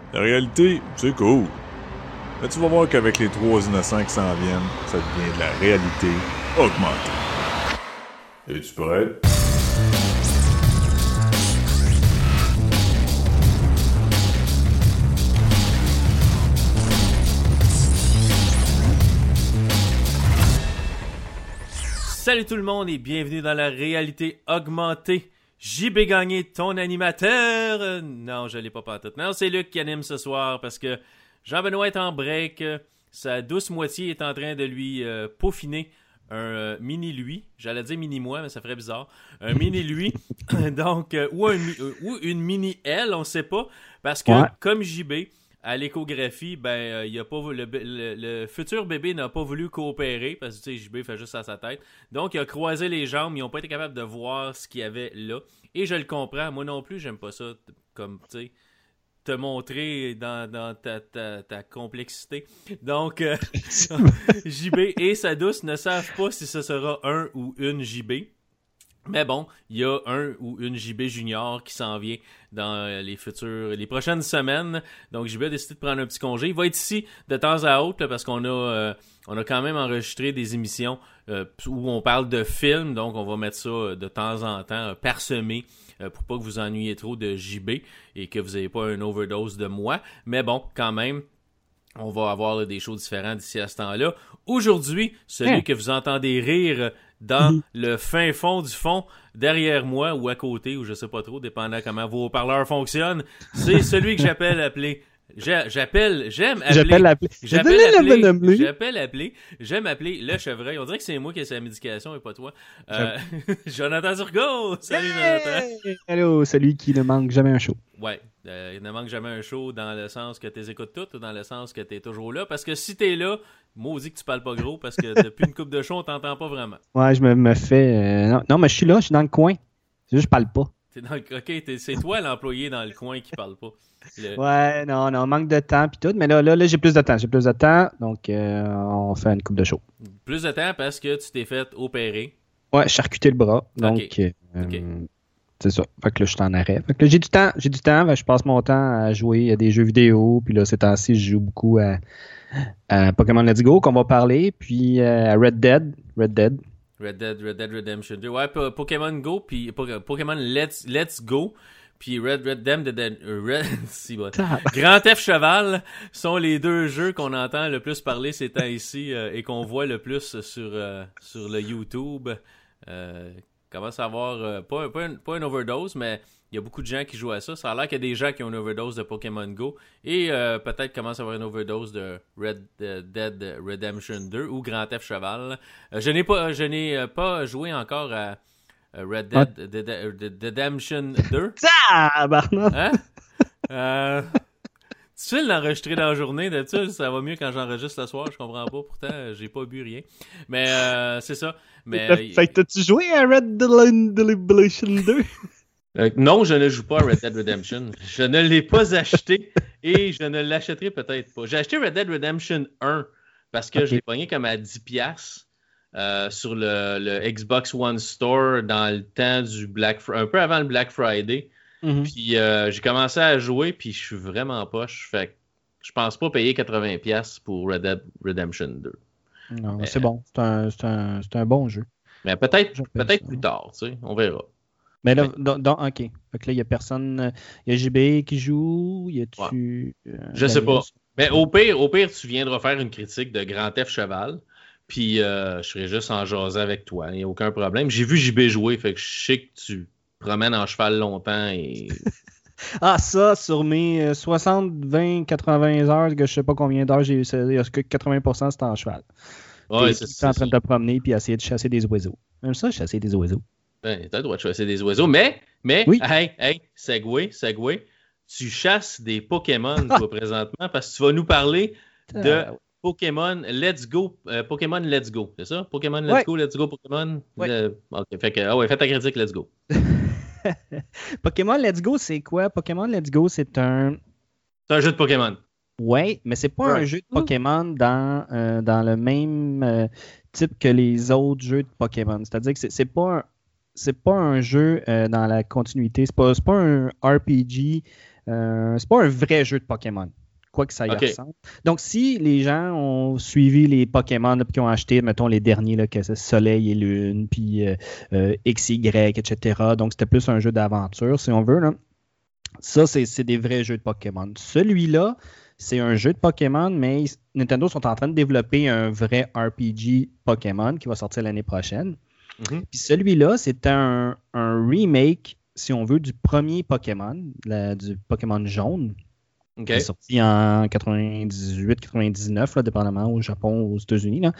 La réalité, c'est cool. Mais tu vas voir qu'avec les 3 innocents qui s'en viennent, ça devient de la réalité augmentée. Es-tu prêt? Salut tout le monde et bienvenue dans la réalité augmentée. JB Gagné, ton animateur. Non, je l'ai pas pantoute. Non, c'est Luc qui anime ce soir parce que Jean-Benoît est en break. Sa douce moitié est en train de lui peaufiner un mini-lui. J'allais dire mini-moi, mais ça ferait bizarre. Un mini-lui. Donc, ou une mini-elle, on sait pas. Parce que, comme JB... à l'échographie, il a pas le futur bébé n'a pas voulu coopérer parce que tu sais, JB fait juste à sa tête. Donc, il a croisé les jambes, ils n'ont pas été capables de voir ce qu'il y avait là. Et je le comprends, moi non plus, j'aime pas ça, comme tu sais, te montrer dans ta complexité. Donc, JB et sa douce ne savent pas si ce sera un ou une JB. Mais bon, il y a un ou une JB Junior qui s'en vient dans les prochaines semaines. Donc, JB a décidé de prendre un petit congé. Il va être ici de temps à autre là, parce qu'on a quand même enregistré des émissions où on parle de films. Donc, on va mettre ça de temps en temps parsemé pour pas que vous ennuyez trop de JB et que vous n'ayez pas une overdose de moi. Mais bon, quand même, on va avoir là, des shows différents d'ici à ce temps-là. Aujourd'hui, celui que vous entendez rire dans le fin fond du fond, derrière moi ou à côté, ou je sais pas trop, dépendant comment vos haut-parleurs fonctionnent, c'est celui que j'appelle le chevreuil. On dirait que c'est moi qui ai sa médication et pas toi. Jonathan Turgot! Salut Jonathan! Allô, celui qui ne manque jamais un show. Ouais, il ne manque jamais un show dans le sens que tu les écoutes toutes ou dans le sens que tu es toujours là. Parce que si tu es là, maudit que tu parles pas gros parce que depuis une couple de shows, on t'entend pas vraiment. Ouais, je me fais... Non, mais je suis là, je suis dans le coin. C'est juste que je parle pas. C'est toi l'employé dans le coin qui parle pas. Ouais, non, manque de temps pis tout. Mais là j'ai plus de temps. Donc, on fait une couple de shows. Plus de temps parce que tu t'es fait opérer. Ouais, charcuter le bras. Donc, okay. C'est ça. Fait que là, je suis en arrêt. Fait que là, j'ai du temps. Je passe mon temps à jouer à des jeux vidéo. Puis là, ces temps-ci, je joue beaucoup à Pokémon Let's Go, qu'on va parler. Puis à Red Dead Redemption 2. Ouais, Pokémon Go, puis Pokémon Let's Go, puis Red Grand Theft Cheval sont les deux jeux qu'on entend le plus parler ces temps-ci et qu'on voit le plus sur le YouTube. Commence à avoir pas une overdose, mais il y a beaucoup de gens qui jouent à ça. Ça a l'air qu'il y a des gens qui ont une overdose de Pokémon Go et peut-être commence à avoir une overdose de Red Dead Redemption 2 ou Grand Theft Cheval. Je n'ai pas joué encore à Red Dead Redemption 2. Barnard! Hein? Tu fais l'enregistrer dans la journée, d'habitude, ça va mieux quand j'enregistre le soir, je comprends pas, pourtant j'ai pas bu rien. Mais c'est ça. Mais, fait que t'as-tu joué à Red Dead Redemption 2? Non, je ne joue pas à Red Dead Redemption. Je ne l'ai pas acheté et je ne l'achèterai peut-être pas. J'ai acheté Red Dead Redemption 1 parce que je l'ai pogné comme à 10$ sur le Xbox One Store dans le temps du un peu avant le Black Friday. Mm-hmm. Puis j'ai commencé à jouer puis je suis vraiment poche. Fait que je pense pas payer 80$ pour Red Dead Redemption 2. Non, mais c'est bon. C'est un bon jeu. Mais peut-être plus tard, tu sais. On verra. Mais là, OK. Fait que là, il n'y a personne. Il y a JB qui joue. Y a-tu. Je sais pas. Mais au pire, tu viendras faire une critique de Grand Theft Cheval. Puis je serai juste en jasant avec toi. Il n'y a aucun problème. J'ai vu JB jouer. Fait que je sais que tu promènes en cheval longtemps et. Ah, ça, sur mes 60, 20, 80 heures, que je sais pas combien d'heures j'ai eu, est-ce que 80% c'est en cheval. Ouais, c'est en train de te promener puis essayer de chasser des oiseaux. Même ça, chasser des oiseaux. Ben, t'as le droit de chasser des oiseaux, mais oui. Hey, segway, tu chasses des Pokémon, toi, présentement, parce que tu vas nous parler de Pokémon Let's Go, c'est ça? Pokémon Let's Go, Let's Go, Pokémon? Oui. OK, fait que, fais ta critique, Let's Go. Pokémon Let's Go, c'est quoi? Pokémon Let's Go, c'est un jeu de Pokémon. Oui, mais c'est pas un jeu de Pokémon dans le même type que les autres jeux de Pokémon. C'est-à-dire que c'est pas un jeu dans la continuité. C'est pas un RPG C'est pas un vrai jeu de Pokémon, quoi que ça y ressemble. Donc, si les gens ont suivi les Pokémon là, puis qui ont acheté, mettons, les derniers, là, que c'est Soleil et Lune, puis XY, etc., donc c'était plus un jeu d'aventure, si on veut, là. Ça, c'est des vrais jeux de Pokémon. Celui-là, c'est un jeu de Pokémon, mais Nintendo sont en train de développer un vrai RPG Pokémon qui va sortir l'année prochaine. Mm-hmm. Puis celui-là, c'est un remake, si on veut, du premier Pokémon, du Pokémon jaune. Qui est sorti en 98-99, dépendamment au Japon ou aux États-Unis. Là,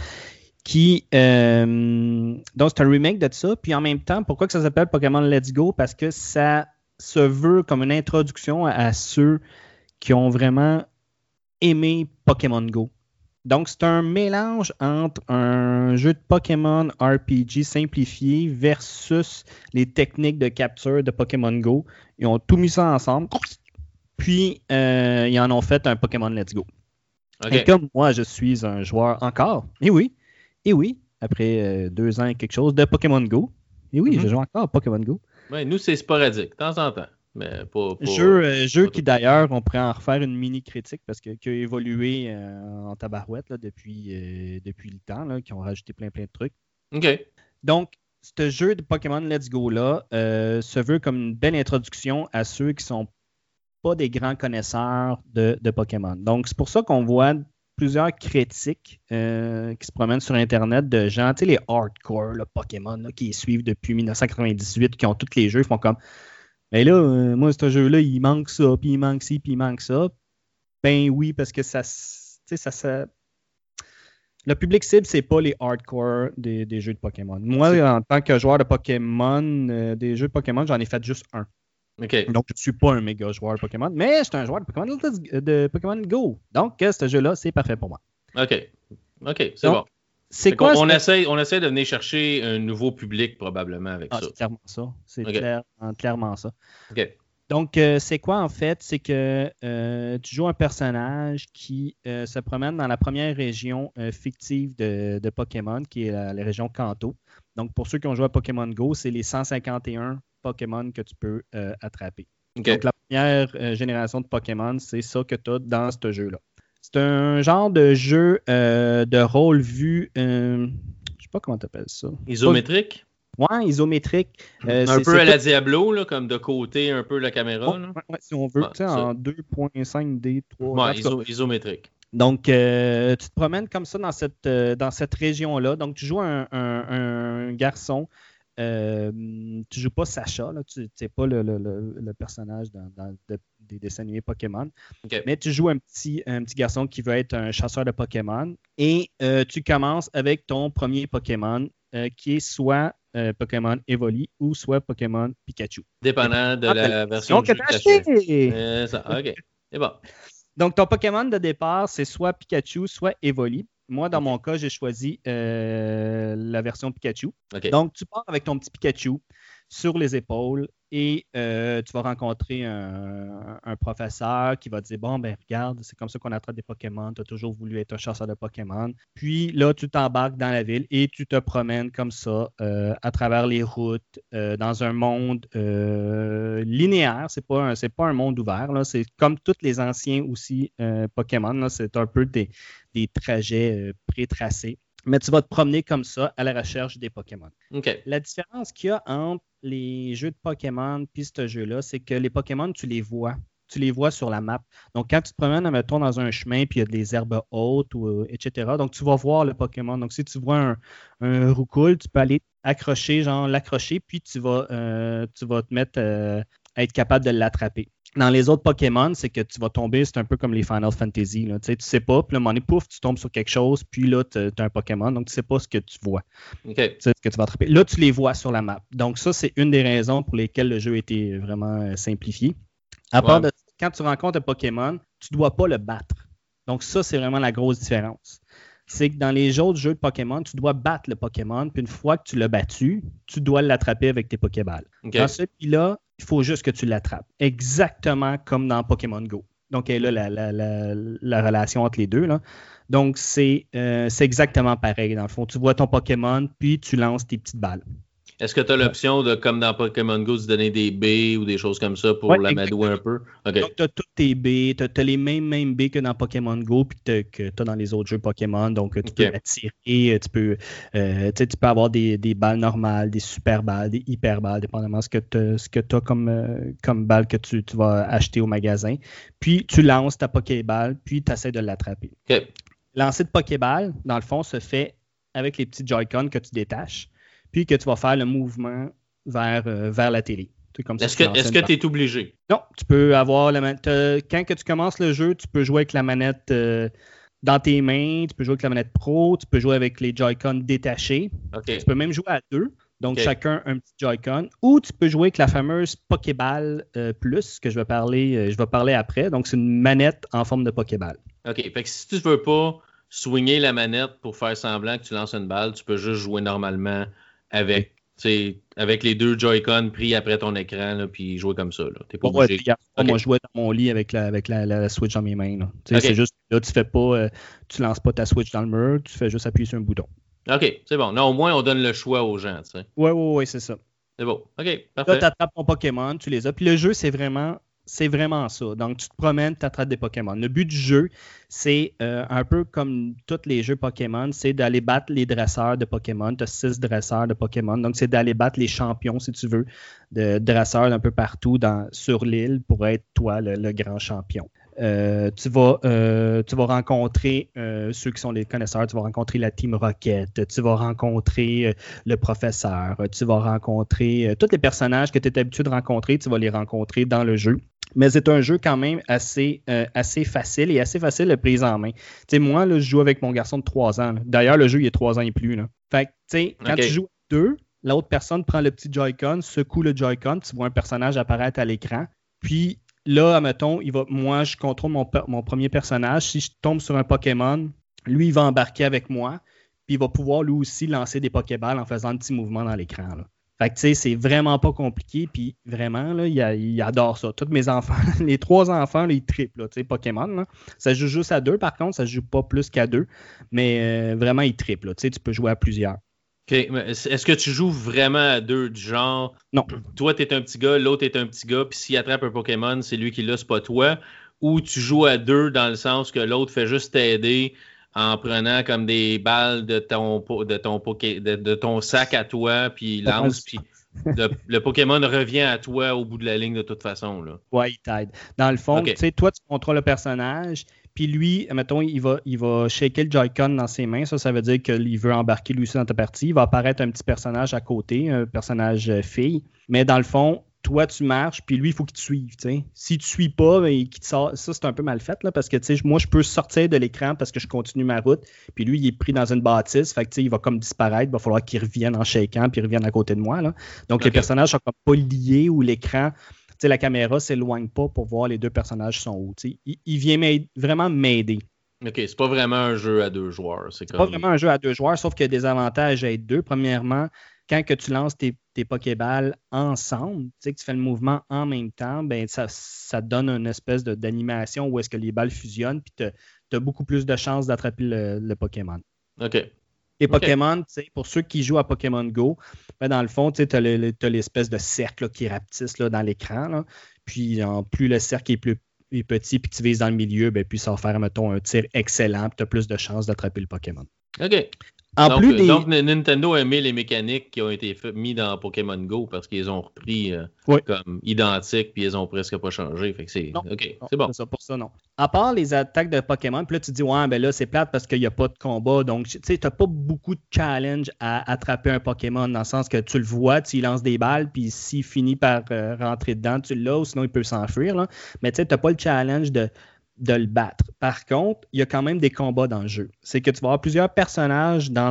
donc, c'est un remake de ça. Puis en même temps, pourquoi que ça s'appelle Pokémon Let's Go? Parce que ça se veut comme une introduction à ceux qui ont vraiment aimé Pokémon Go. Donc, c'est un mélange entre un jeu de Pokémon RPG simplifié versus les techniques de capture de Pokémon Go. Ils ont tout mis ça ensemble. Puis, ils en ont fait un Pokémon Let's Go. Et comme moi, je suis un joueur encore, et oui, après 2 ans et quelque chose de Pokémon Go, et oui, je joue encore à Pokémon Go. Oui, nous, c'est sporadique, de temps en temps. Mais pas jeu qui, d'ailleurs, on pourrait en refaire une mini-critique parce qui a évolué en tabarouette là, depuis le temps, là, qui ont rajouté plein de trucs. OK. Donc, ce jeu de Pokémon Let's Go-là se veut comme une belle introduction à ceux qui sont pas des grands connaisseurs de Pokémon. Donc, c'est pour ça qu'on voit plusieurs critiques qui se promènent sur Internet de gens, tu sais, les hardcore là, Pokémon là, qui les suivent depuis 1998, qui ont tous les jeux, ils font comme mais là, moi, ce jeu-là, il manque ça, puis il manque ci, puis il manque ça. Ben oui, parce que ça. Le public cible, c'est pas les hardcore des jeux de Pokémon. Moi, en tant que joueur de Pokémon, des jeux de Pokémon, j'en ai fait juste un. Okay. Donc, je ne suis pas un méga joueur de Pokémon, mais je suis un joueur de Pokémon Go. Donc, ce jeu-là, c'est parfait pour moi. OK, c'est bon. C'est quoi, on essaie de venir chercher un nouveau public probablement avec ça. C'est clairement ça. C'est clairement ça. OK. Donc, c'est quoi en fait? C'est que tu joues un personnage qui se promène dans la première région fictive de Pokémon, qui est la région Kanto. Donc, pour ceux qui ont joué à Pokémon Go, c'est les 151 Pokémon que tu peux attraper. Okay. Donc, la première génération de Pokémon, c'est ça que tu as dans ce jeu-là. C'est un genre de jeu de rôle vu, je sais pas comment tu appelles ça. Isométrique? Ouais, isométrique. Un peu à la Diablo, là, comme de côté un peu la caméra. Ouais, si on veut, en 2.5D, 3. Ouais, isométrique. Donc, tu te promènes comme ça dans cette région-là. Donc, tu joues un garçon. Tu joues pas Sacha, là, tu n'es pas le personnage des dessins animés Pokémon, mais tu joues un petit garçon qui veut être un chasseur de Pokémon et tu commences avec ton premier Pokémon qui est soit Pokémon Evoli ou soit Pokémon Pikachu. Dépendant de la version que tu as acheté. OK, c'est bon. Donc, ton Pokémon de départ, c'est soit Pikachu, soit Evoli. Moi, dans mon cas, j'ai choisi la version Pikachu. Okay. Donc, tu pars avec ton petit Pikachu sur les épaules et tu vas rencontrer un professeur qui va te dire « Bon, ben regarde, c'est comme ça qu'on attrape des Pokémon. Tu as toujours voulu être un chasseur de Pokémon. » Puis là, tu t'embarques dans la ville et tu te promènes comme ça à travers les routes dans un monde linéaire. C'est pas un monde ouvert. Là. C'est comme tous les anciens aussi Pokémon. Là. C'est un peu des trajets pré-tracés. Mais tu vas te promener comme ça à la recherche des Pokémon. Okay. La différence qu'il y a entre les jeux de Pokémon et ce jeu-là, c'est que les Pokémon, tu les vois. Tu les vois sur la map. Donc, quand tu te promènes, mettons, dans un chemin, puis il y a des herbes hautes, etc., donc tu vas voir le Pokémon. Donc, si tu vois un roucoule, tu peux aller l'accrocher, puis tu vas te mettre à être capable de l'attraper. Dans les autres Pokémon, c'est que tu vas tomber, c'est un peu comme les Final Fantasy. Là. Tu sais pas, puis là, à un moment donné, pouf, tu tombes sur quelque chose, puis là, tu as un Pokémon, donc tu sais pas ce que tu vois. Okay. Tu sais ce que tu vas attraper. Là, tu les vois sur la map. Donc ça, c'est une des raisons pour lesquelles le jeu a été vraiment simplifié. À part de ça, quand tu rencontres un Pokémon, tu ne dois pas le battre. Donc ça, c'est vraiment la grosse différence. C'est que dans les autres jeux de Pokémon, tu dois battre le Pokémon, puis une fois que tu l'as battu, tu dois l'attraper avec tes Pokéballs. Okay. Dans celui-là, il faut juste que tu l'attrapes. Exactement comme dans Pokémon Go. Donc, elle a la relation entre les deux. Là. Donc, c'est exactement pareil. Dans le fond, tu vois ton Pokémon, puis tu lances tes petites balles. Est-ce que tu as l'option de, comme dans Pokémon Go, de donner des baies ou des choses comme ça pour l'amadouer un peu? Okay. Donc, tu as toutes tes baies, tu as les mêmes baies que dans Pokémon Go puis que tu as dans les autres jeux Pokémon. Donc, tu peux attirer, tu peux avoir des balles normales, des super balles, des hyper balles, dépendamment de ce que tu as comme balle que tu vas acheter au magasin. Puis, tu lances ta Pokéball, puis tu essaies de l'attraper. Okay. Lancer de Pokéball, dans le fond, se fait avec les petits Joy-Con que tu détaches, puis que tu vas faire le mouvement vers la télé. Est-ce que tu es obligé? Non, tu peux avoir la manette. Quand que tu commences le jeu, tu peux jouer avec la manette dans tes mains, tu peux jouer avec la manette Pro, tu peux jouer avec les Joy-Con détachés. Okay. Tu peux même jouer à deux, donc chacun un petit Joy-Con. Ou tu peux jouer avec la fameuse Pokéball Plus, que je vais parler après. Donc, c'est une manette en forme de Pokéball. OK. Fait que si tu ne veux pas swinguer la manette pour faire semblant que tu lances une balle, tu peux juste jouer normalement avec les deux Joy-Con pris après ton écran, là, puis jouer comme ça. T'es pas obligé. Moi, je jouais dans mon lit avec la Switch dans mes mains. Là. C'est juste là, tu lances pas ta Switch dans le mur, tu fais juste appuyer sur un bouton. OK, c'est bon. Là, au moins, on donne le choix aux gens. Oui, c'est ça. C'est bon. OK, parfait. Là, tu attrapes ton Pokémon, tu les as. Puis le jeu, c'est vraiment ça. Donc, tu te promènes, tu attrapes des Pokémon. Le but du jeu, c'est un peu comme tous les jeux Pokémon, c'est d'aller battre les dresseurs de Pokémon. Tu as 6 dresseurs de Pokémon. Donc, c'est d'aller battre les champions, si tu veux, de dresseurs d'un peu partout sur l'île pour être, toi, le grand champion. Tu vas rencontrer ceux qui sont les connaisseurs, tu vas rencontrer la Team Rocket, tu vas rencontrer le professeur, tu vas rencontrer tous les personnages que tu es habitué de rencontrer, tu vas les rencontrer dans le jeu. Mais c'est un jeu quand même assez facile et assez facile de prise en main. T'sais, moi, là, je joue avec mon garçon de 3 ans. Là. D'ailleurs, le jeu, il est 3 ans et plus. Là. Fait que, quand tu joues à 2, l'autre personne prend le petit Joy-Con, secoue le Joy-Con, tu vois un personnage apparaître à l'écran. Puis là, admettons, moi, je contrôle mon premier personnage. Si je tombe sur un Pokémon, lui, il va embarquer avec moi. Puis il va pouvoir, lui aussi, lancer des Pokéballs en faisant un petit mouvement dans l'écran. Là. Fait que, tu sais, c'est vraiment pas compliqué. Puis vraiment, là, il adore ça. Tous mes enfants, les 3 enfants, là, ils trippent, là, tu sais, Pokémon. Là. Ça se joue juste à 2, par contre. Ça se joue pas plus qu'à 2. Mais vraiment, ils trippent, là. Tu sais, tu peux jouer à plusieurs. OK. Mais est-ce que tu joues vraiment à 2 du genre? Non. Toi, t'es un petit gars, l'autre est un petit gars, puis s'il attrape un Pokémon, c'est lui qui l'a, c'est pas toi. Ou tu joues à 2 dans le sens que l'autre fait juste t'aider en prenant comme des balles de ton sac à toi, puis il lance, puis le Pokémon revient à toi au bout de la ligne de toute façon. Là. Ouais, il t'aide. Dans le fond, tu sais, toi, tu contrôles le personnage, puis lui, mettons, il va shaker le Joy-Con dans ses mains. Ça veut dire qu'il veut embarquer lui aussi dans ta partie. Il va apparaître un petit personnage à côté, un personnage fille. Mais dans le fond, toi, tu marches, puis lui, il faut qu'il te suive. T'sais. Si tu ne suis pas, ben, qu'il te sort, ça, c'est un peu mal fait, là, parce que moi, je peux sortir de l'écran parce que je continue ma route, puis lui, il est pris dans une bâtisse, fait que il va comme disparaître, il va falloir qu'il revienne en shakant, puis il revienne à côté de moi. Là. Donc, les personnages sont comme pas liés ou l'écran, la caméra ne s'éloigne pas pour voir les deux personnages sont où. Il vient vraiment m'aider. OK, c'est pas vraiment un jeu à 2 joueurs. C'est pas vraiment un jeu à 2 joueurs, sauf qu'il y a des avantages à être 2. Premièrement, quand que tu lances tes Pokéballs ensemble, tu sais que tu fais le mouvement en même temps, ben ça te donne une espèce d'animation où est-ce que les balles fusionnent, puis tu as beaucoup plus de chances d'attraper le Pokémon. OK. Les Pokémon, pour ceux qui jouent à Pokémon Go, ben dans le fond, tu as l'espèce de cercle là, qui rapetisse là, dans l'écran. Là. Puis, plus le cercle est plus petit puis que tu vises dans le milieu, ben, puis ça va faire, mettons, un tir excellent puis tu as plus de chances d'attraper le Pokémon. OK. Donc, Nintendo a aimé les mécaniques qui ont été mises dans Pokémon Go parce qu'ils ont repris comme identiques puis ils ont presque pas changé. Fait que c'est bon. C'est ça, pour ça, non. À part les attaques de Pokémon, puis là, tu te dis, ouais, ben là, c'est plate parce qu'il n'y a pas de combat. Donc, tu sais, tu n'as pas beaucoup de challenge à attraper un Pokémon dans le sens que tu le vois, tu y lances des balles, puis s'il finit par rentrer dedans, tu l'as ou sinon il peut s'enfuir. Là. Mais tu sais, tu n'as pas le challenge de le battre. Par contre, il y a quand même des combats dans le jeu. C'est que tu vas avoir plusieurs personnages dans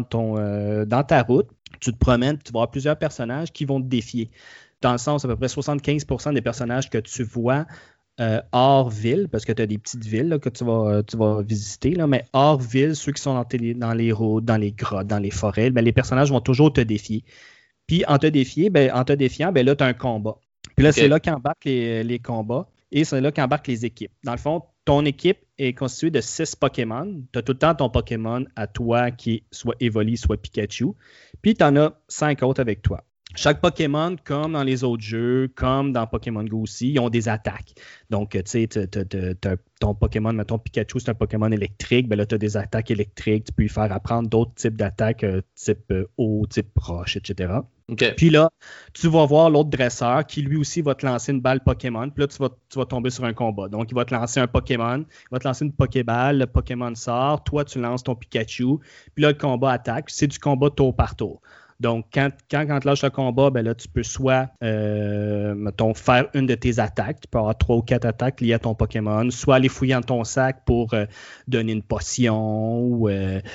ta route. Tu te promènes, tu vas avoir plusieurs personnages qui vont te défier. Dans le sens, à peu près 75% des personnages que tu vois hors ville, parce que tu as des petites villes là, que tu vas visiter, là, mais hors ville, ceux qui sont dans les routes, dans les grottes, dans les forêts, ben, les personnages vont toujours te défier. Puis en te défiant, ben, là, tu as un combat. Puis là, c'est là qu'embarquent les combats et c'est là qu'embarquent les équipes. Dans le fond, ton équipe est constituée de 6 Pokémon. Tu as tout le temps ton Pokémon à toi qui est soit Evoli, soit Pikachu. Puis tu en as 5 autres avec toi. chaque Pokémon, comme dans les autres jeux, comme dans Pokémon Go aussi, ils ont des attaques. Donc, tu sais, ton Pokémon, mettons Pikachu, c'est un Pokémon électrique, ben là, tu as des attaques électriques, tu peux lui faire apprendre d'autres types d'attaques, type eau, type roche, etc. OK. Puis là, tu vas voir l'autre dresseur qui lui aussi va te lancer une balle Pokémon. Puis là, tu vas tomber sur un combat. Donc, il va te lancer un Pokémon, il va te lancer une Pokéball, le Pokémon sort, toi, tu lances ton Pikachu. Puis là, le combat attaque. C'est du combat tour par tour. Donc, quand tu lâches le combat, ben là, tu peux soit, mettons, faire une de tes attaques. Tu peux avoir 3 ou 4 attaques liées à ton Pokémon. Soit aller fouiller dans ton sac pour donner une potion ou,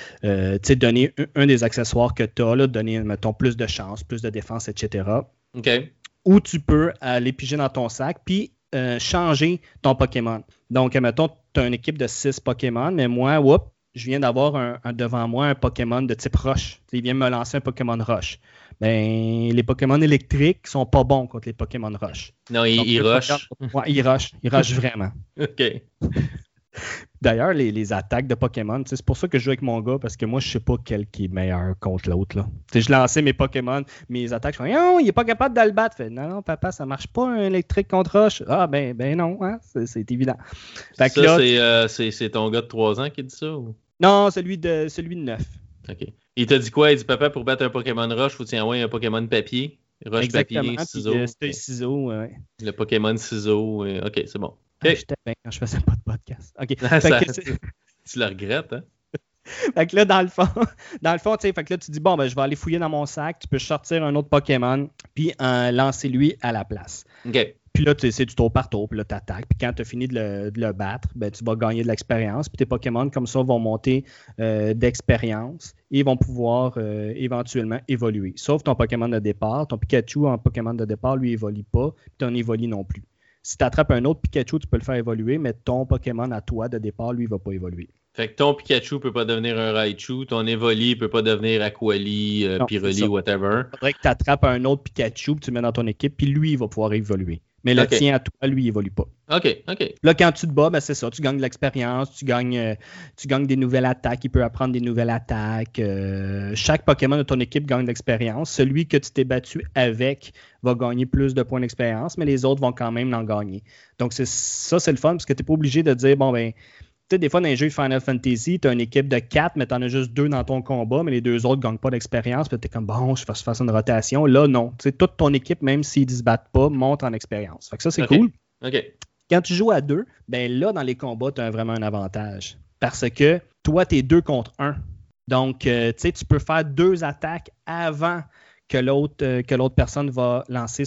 donner un des accessoires que tu as, là, donner, mettons, plus de chance, plus de défense, etc. OK. Ou tu peux aller piger dans ton sac puis changer ton Pokémon. Donc, mettons, tu as une équipe de 6 Pokémon, mais moi, je viens d'avoir devant moi un Pokémon de type roche. Il vient me lancer un Pokémon roche. Ben, les Pokémon électriques sont pas bons contre les Pokémon roche. Non, ils rushent. Ouais, ils rushent. Ils rushent vraiment. OK. D'ailleurs, les attaques de Pokémon, c'est pour ça que je joue avec mon gars, parce que moi, je sais pas quel qui est meilleur contre l'autre. Là. Je lançais mes Pokémon, mes attaques, je fais « Oh, il est pas capable de le battre. » Non, papa, ça marche pas un électrique contre roche. Ah, ben non, hein? C'est évident. Fait que ça, là, c'est ton gars de 3 ans qui dit ça? Ou? Non, celui de 9. OK. Il t'a dit quoi? Il dit, papa, pour battre un Pokémon roche, faut-tu envoyer un Pokémon papier? Roche, exactement, papier, ciseaux. C'était ciseaux, ouais. Le Pokémon ciseaux. OK, c'est bon. Okay. J'étais bien quand je faisais pas de podcast. OK. Tu le regrettes, hein? Fait que là, dans le fond, tu sais, fait que là, tu dis, bon, ben, je vais aller fouiller dans mon sac, tu peux sortir un autre Pokémon, puis lancer lui à la place. OK. Puis là, c'est du tour par tour, puis là, tu attaques. Puis quand tu as fini de le battre, ben, tu vas gagner de l'expérience. Puis tes Pokémon, comme ça, vont monter d'expérience et vont pouvoir éventuellement évoluer. Sauf ton Pokémon de départ. Ton Pikachu en Pokémon de départ, lui, évolue pas, puis ton Evoli non plus. Si tu attrapes un autre Pikachu, tu peux le faire évoluer, mais ton Pokémon à toi de départ, lui, il ne va pas évoluer. Fait que ton Pikachu peut pas devenir un Raichu, ton Evoli peut pas devenir Aquali, Pyroli, whatever. Il faudrait que tu attrapes un autre Pikachu, que tu le mets dans ton équipe, puis lui, il va pouvoir évoluer. Mais le tien à toi, lui, il évolue pas. OK. Là, quand tu te bats, ben, c'est ça. Tu gagnes de l'expérience, tu gagnes des nouvelles attaques. Il peut apprendre des nouvelles attaques. Chaque Pokémon de ton équipe gagne de l'expérience. Celui que tu t'es battu avec va gagner plus de points d'expérience, mais les autres vont quand même en gagner. Donc, c'est le fun, parce que tu n'es pas obligé de dire, bon, ben, tu sais, des fois, dans les jeux Final Fantasy, tu as une équipe de 4, mais tu en as juste 2 dans ton combat, mais les 2 autres ne gagnent pas d'expérience. Puis tu es comme, bon, je fasse une rotation. Là, non. Tu sais, toute ton équipe, même s'ils ne se battent pas, monte en expérience. Fait que ça, c'est cool. OK. Quand tu joues à 2, ben là, dans les combats, tu as vraiment un avantage. Parce que toi, tu es 2 contre 1. Donc, tu sais, tu peux faire 2 attaques avant que l'autre personne va lancer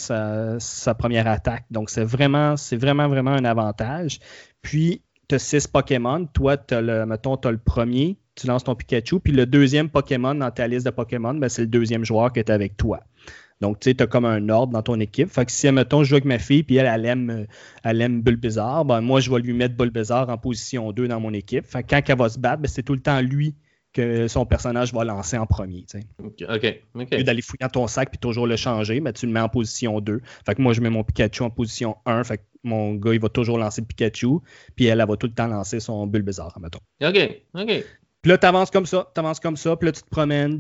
sa première attaque. Donc, c'est vraiment un avantage. Puis, tu as 6 Pokémon. Toi, tu as le premier, tu lances ton Pikachu. Puis le deuxième Pokémon dans ta liste de Pokémon, ben, c'est le deuxième joueur qui est avec toi. Donc, tu sais, tu as comme un ordre dans ton équipe. Fait que si, mettons, je joue avec ma fille, puis elle aime Bulbasaur, ben, moi, je vais lui mettre Bulbasaur en position 2 dans mon équipe. Fait que quand elle va se battre, ben, c'est tout le temps lui que son personnage va lancer en premier. T'sais. OK. Au lieu d'aller fouiller dans ton sac puis toujours le changer, ben, tu le mets en position 2. Fait que moi, je mets mon Pikachu en position 1. Fait que mon gars, il va toujours lancer le Pikachu. Puis elle va tout le temps lancer son Bulbasaur, mettons. OK. Puis là, tu avances comme ça. Puis là, tu te promènes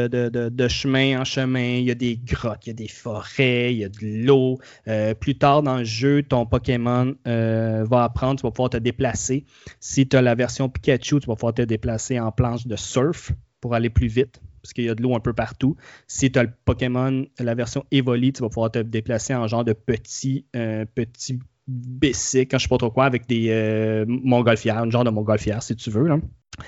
de chemin en chemin. Il y a des grottes, il y a des forêts, il y a de l'eau. Plus tard dans le jeu, ton Pokémon va apprendre, tu vas pouvoir te déplacer. Si tu as la version Pikachu, tu vas pouvoir te déplacer en planche de surf pour aller plus vite, parce qu'il y a de l'eau un peu partout. Si tu as le Pokémon, la version Evoli, tu vas pouvoir te déplacer en genre de petit bicycle, quand je sais pas trop quoi, avec des montgolfières, un genre de montgolfière, si tu veux, là.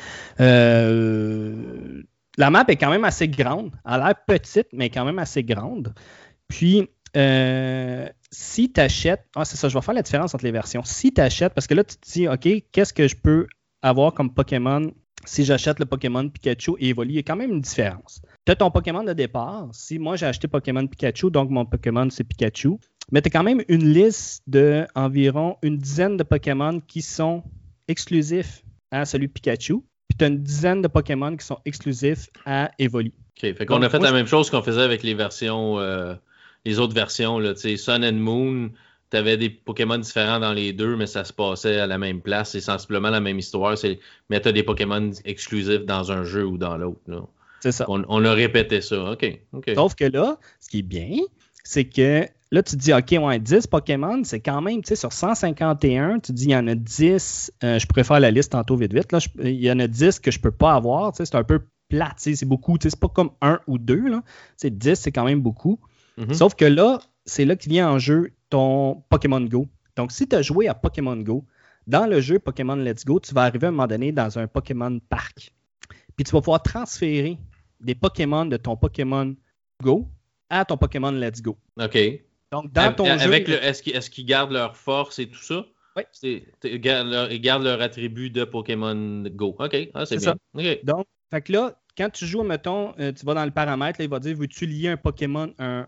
La map est quand même assez grande. Elle a l'air petite, mais quand même assez grande. Puis, si tu achètes... c'est ça, je vais faire la différence entre les versions. Si tu achètes, parce que là, tu te dis, OK, qu'est-ce que je peux avoir comme Pokémon si j'achète le Pokémon Pikachu et Evoli? Il y a quand même une différence. Tu as ton Pokémon de départ. Si moi, j'ai acheté Pokémon Pikachu, donc mon Pokémon, c'est Pikachu. Mais tu as quand même une liste d'environ une dizaine de Pokémon qui sont exclusifs à celui de Pikachu. Puis tu as une dizaine de Pokémon qui sont exclusifs à Evoli. OK. Fait qu'on a fait la même chose qu'on faisait avec les versions, les autres versions. Là, Sun and Moon, tu avais des Pokémon différents dans les deux, mais ça se passait à la même place. C'est sensiblement la même histoire. Mais tu as des Pokémon exclusifs dans un jeu ou dans l'autre. Là. C'est ça. On a répété ça. OK. Sauf que là, ce qui est bien, c'est que là, tu te dis, OK, 10 Pokémon, c'est quand même, tu sais, sur 151, tu dis, il y en a 10, je pourrais faire la liste tantôt vite. Là, il y en a 10 que je peux pas avoir, tu sais, c'est un peu plate, tu sais, c'est beaucoup, tu sais, c'est pas comme 1 ou 2, là. Tu sais, 10, c'est quand même beaucoup. Sauf que là, c'est là qu'il vient en jeu ton Pokémon Go. Donc, si tu as joué à Pokémon Go, dans le jeu Pokémon Let's Go, tu vas arriver à un moment donné dans un Pokémon Park. Puis tu vas pouvoir transférer des Pokémon de ton Pokémon Go à ton Pokémon Let's Go. OK. Donc, dans ton jeu... Est-ce qu'ils gardent leur force et tout ça? Oui. Ils gardent leur attribut de Pokémon Go. OK. C'est bien. Ça. Okay. Donc, fait que là, quand tu joues, mettons, tu vas dans le paramètre, là, il va dire, veux-tu lier un Pokémon,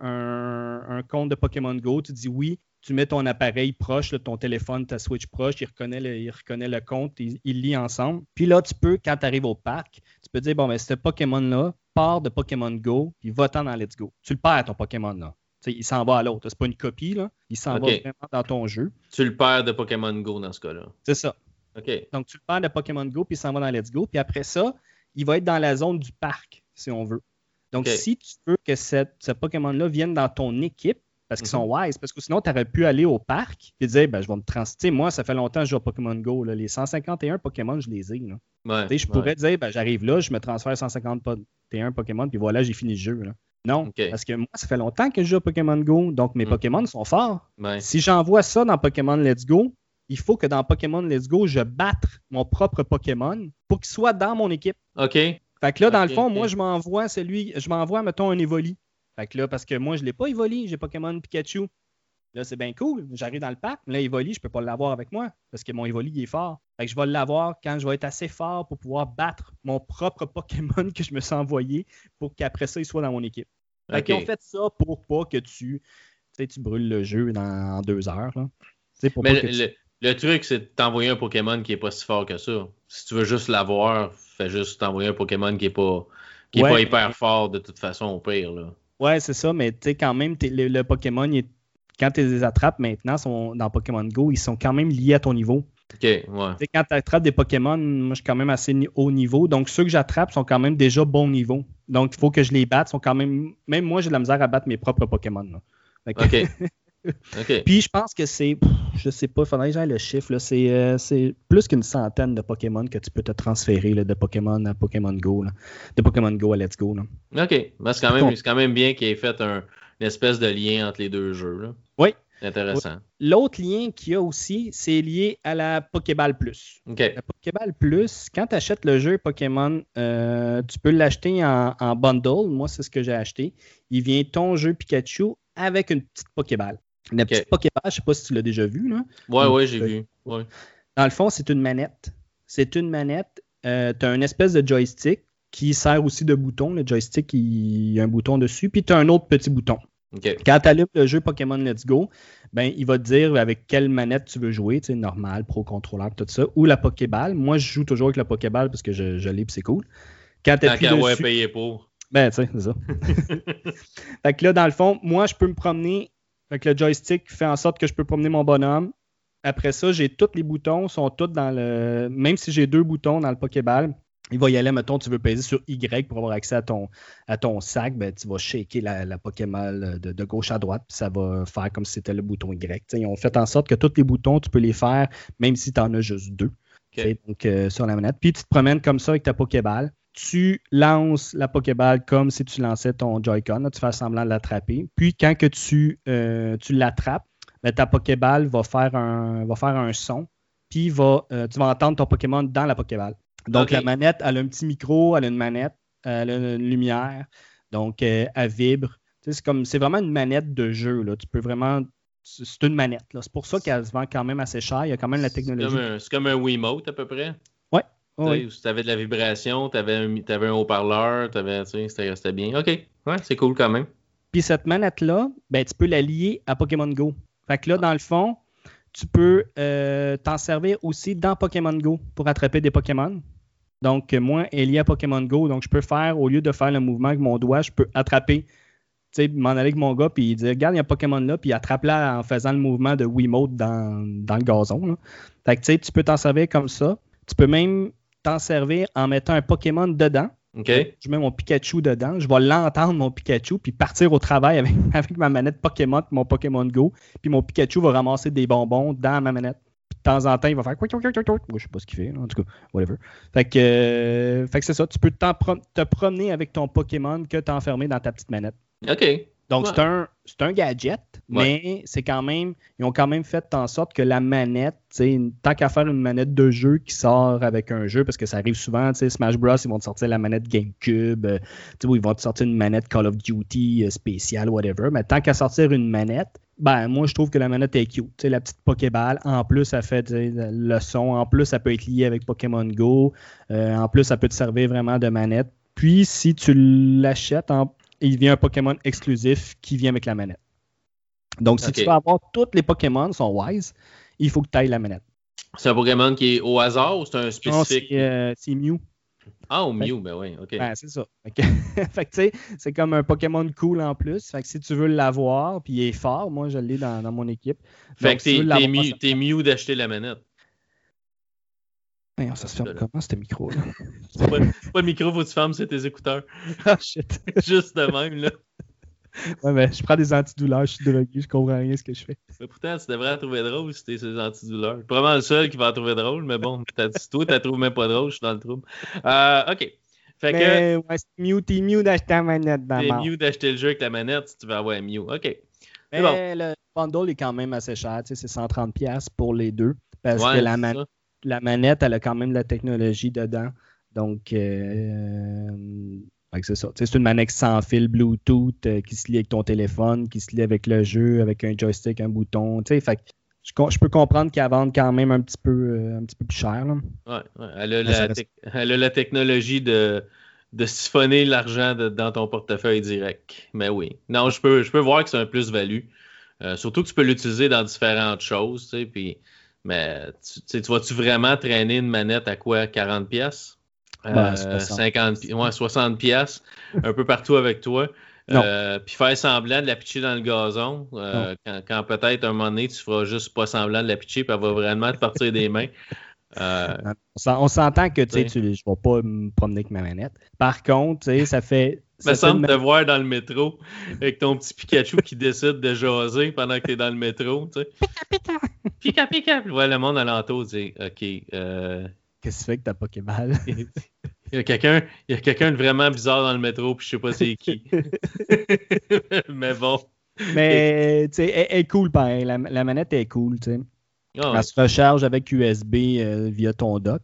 un compte de Pokémon Go? Tu dis oui. Tu mets ton appareil proche, là, ton téléphone, ta Switch proche, il reconnaît le compte, il lit ensemble. Puis là, tu peux, quand tu arrives au parc, tu peux dire, bon, ben, ce Pokémon-là part de Pokémon Go, puis va-t'en dans Let's Go. Tu le perds, ton Pokémon-là. T'sais, il s'en va à l'autre. C'est pas une copie, là. Il s'en va vraiment dans ton jeu. Tu le perds de Pokémon Go dans ce cas-là. C'est ça. OK. Donc, tu le perds de Pokémon Go, puis il s'en va dans Let's Go. Puis après ça, il va être dans la zone du parc, si on veut. Donc, si tu veux que ce Pokémon-là vienne dans ton équipe, parce qu'ils sont wise, parce que sinon, tu aurais pu aller au parc et dire, ben, je vais me transiter. Moi, ça fait longtemps que je joue à Pokémon Go. Là. Les 151 Pokémon, je les ai. Là. Ouais, je pourrais dire, ben, j'arrive là, je me transfère 151 Pokémon, puis voilà, j'ai fini le jeu. Là. Non, parce que moi, ça fait longtemps que je joue à Pokémon Go, donc mes Pokémon sont forts. Ouais. Si j'envoie ça dans Pokémon Let's Go, il faut que dans Pokémon Let's Go, je batte mon propre Pokémon pour qu'il soit dans mon équipe. OK. Fait que là, dans le fond, moi, je m'envoie, mettons, un Evoli. Fait que là, parce que moi, je ne l'ai pas Evoli, j'ai Pokémon Pikachu. Là, c'est bien cool. J'arrive dans le parc, mais là, Evoli, je ne peux pas l'avoir avec moi parce que mon Evoli, il est fort. Fait que je vais l'avoir quand je vais être assez fort pour pouvoir battre mon propre Pokémon que je me suis envoyé pour qu'après ça, il soit dans mon équipe. Fait qu'ils ont fait ça pour pas que tu brûles le jeu en 2 heures. Là. Pour mais pas que le truc, c'est de t'envoyer un Pokémon qui n'est pas si fort que ça. Si tu veux juste l'avoir, fais juste t'envoyer un Pokémon qui n'est pas hyper fort de toute façon, au pire. Là. Ouais, c'est ça, mais tu sais, quand même, le Pokémon, quand tu les attrapes maintenant dans Pokémon Go, ils sont quand même liés à ton niveau. OK, ouais. T'sais, quand tu attrapes des Pokémon, moi, je suis quand même assez haut niveau. Donc, ceux que j'attrape sont quand même déjà bon niveau. Donc, il faut que je les batte. Sont quand même moi, j'ai de la misère à battre mes propres Pokémon. Là. OK. Puis, je pense que c'est, je sais pas, il faudrait que j'aille le chiffre. Là, c'est plus qu'une centaine de Pokémon que tu peux te transférer là, de Pokémon à Pokémon Go. Là, de Pokémon Go à Let's Go. Là. OK. Ben, c'est quand même bien qu'il ait fait une espèce de lien entre les deux jeux. Là. Oui. Intéressant. L'autre lien qu'il y a aussi, c'est lié à la Pokéball Plus. Okay. La Pokéball Plus, quand tu achètes le jeu Pokémon, tu peux l'acheter en bundle. Moi, c'est ce que j'ai acheté. Il vient ton jeu Pikachu avec une petite Pokéball. La petite Pokéball, je ne sais pas si tu l'as déjà vu. Oui, j'ai vu. Ouais. Dans le fond, c'est une manette. Tu as une espèce de joystick qui sert aussi de bouton. Le joystick, il y a un bouton dessus. Puis tu as un autre petit bouton. Okay. Quand tu allumes le jeu Pokémon Let's Go, ben, il va te dire avec quelle manette tu veux jouer, normal, pro contrôleur, tout ça, ou la Pokéball. Moi, je joue toujours avec la Pokéball parce que je l'ai et c'est cool. Quand tu appuies dessus, payer pour. Ben, tu sais, c'est ça. Fait que là, dans le fond, moi, je peux me promener. Fait que le joystick fait en sorte que je peux promener mon bonhomme. Après ça, j'ai tous les boutons, sont tous dans le. Même si j'ai 2 boutons dans le Pokéball, il va y aller, mettons, tu veux peser sur Y pour avoir accès à ton sac, ben, tu vas shaker la Pokéball de gauche à droite, puis ça va faire comme si c'était le bouton Y. T'sais, ils ont fait en sorte que tous les boutons, tu peux les faire, même si tu en as juste 2. Okay. Donc, sur la manette. Puis tu te promènes comme ça avec ta Pokéball. Tu lances la Pokéball comme si tu lançais ton Joy-Con. Là, tu fais semblant de l'attraper. Puis quand que tu l'attrapes, ben, ta Pokéball va faire un son. Puis tu vas entendre ton Pokémon dans la Pokéball. Donc, la manette, elle a un petit micro, elle a une manette, elle a une lumière. Donc, elle vibre. C'est vraiment une manette de jeu. Là. Tu peux vraiment... C'est une manette. Là. C'est pour ça qu'elle se vend quand même assez cher. Il y a quand même la technologie. C'est comme un Wiimote à peu près? Oui. Oui. Tu avais de la vibration, tu avais un haut-parleur, c'était bien. OK. Ouais, c'est cool quand même. Puis cette manette-là, ben, tu peux la lier à Pokémon Go. Fait que là, dans le fond, tu peux t'en servir aussi dans Pokémon Go pour attraper des Pokémon. Donc, moi, elle est liée à Pokémon Go. Donc, je peux faire, au lieu de faire le mouvement avec mon doigt, je peux attraper, tu sais, m'en aller avec mon gars, puis dire, regarde, il y a un Pokémon là, puis attrape-la en faisant le mouvement de Wiimote dans le gazon. Là. Fait que, tu sais, tu peux t'en servir comme ça. Tu peux même t'en servir en mettant un Pokémon dedans. OK. Je mets mon Pikachu dedans, je vais l'entendre, mon Pikachu, puis partir au travail avec ma manette Pokémon et mon Pokémon Go. Puis mon Pikachu va ramasser des bonbons dans ma manette. Puis de temps en temps, il va faire quoi. Moi, je sais pas ce qu'il fait, là, en tout cas, whatever. Fait que c'est ça. Tu peux te promener avec ton Pokémon que tu as enfermé dans ta petite manette. OK. Donc, Ouais. c'est un gadget, mais c'est quand même. Ils ont quand même fait en sorte que la manette, tant qu'à faire une manette de jeu qui sort avec un jeu, parce que ça arrive souvent, Smash Bros, ils vont te sortir la manette GameCube, où ils vont te sortir une manette Call of Duty spéciale, whatever. Mais tant qu'à sortir une manette, ben moi je trouve que la manette est cute. La petite Pokéball, en plus, ça fait le son, en plus, ça peut être lié avec Pokémon Go, en plus, ça peut te servir vraiment de manette. Puis, si tu l'achètes il vient un Pokémon exclusif qui vient avec la manette. Donc, si tu veux avoir tous les Pokémon sont Wise, il faut que tu ailles la manette. C'est un Pokémon qui est au hasard ou c'est un spécifique? Non, c'est Mew. Ah, au Mew, ben oui, OK. Ben, c'est ça. Fait que, tu sais, c'est comme un Pokémon cool en plus. Fait que si tu veux l'avoir, puis il est fort, moi, je l'ai dans mon équipe. Fait donc, que t'es Mew d'acheter la manette. Ça se ferme comment, ce micro-là? C'est pas le micro, faut que tu fermes, c'est tes écouteurs. Ah, shit. Juste de même, là. Ouais, mais je prends des antidouleurs, je suis drogué, je comprends rien ce que je fais. Mais pourtant, tu devrais la trouver drôle si t'es ces antidouleurs. Probablement le seul qui va la trouver drôle, mais bon, toi, tu la trouves même pas drôle, je suis dans le trouble. OK. Fait mais, ouais, t'es Mew d'acheter la manette dans t'es Mew d'acheter le jeu avec la manette si tu veux avoir Mew. OK. Mais bon. Le bundle est quand même assez cher, c'est 130$ pour les deux. Parce que la manette, elle a quand même de la technologie dedans. Donc, c'est ça. C'est une manette sans fil Bluetooth qui se lie avec ton téléphone, qui se lie avec le jeu, avec un joystick, un bouton. Fait je peux comprendre qu'elle vende quand même un petit peu plus cher. Là. Ouais. Elle a la technologie de siphonner l'argent dans ton portefeuille direct. Mais oui. Non, je peux voir que c'est un plus-value. Surtout que tu peux l'utiliser dans différentes choses. Mais tu vas-tu vraiment traîner une manette à quoi? 40$? 60$, un peu partout avec toi. Puis faire semblant de la pitcher dans le gazon, quand peut-être un moment donné, tu feras juste pas semblant de la pitcher, puis elle va vraiment te partir des mains. On s'entend que je ne vais pas me promener avec ma manette. Par contre, ça fait... Ça semble te voir dans le métro avec ton petit Pikachu qui décide de jaser pendant que tu es dans le métro. Pika, pika. Puis le monde alentour dit OK. Qu'est-ce que tu fais avec ta Pokéball? Il y a quelqu'un de vraiment bizarre dans le métro, puis je sais pas c'est qui. Mais bon. Mais, tu sais, elle est cool, pareil. La manette est cool, tu sais. Elle se recharge avec USB via ton dock.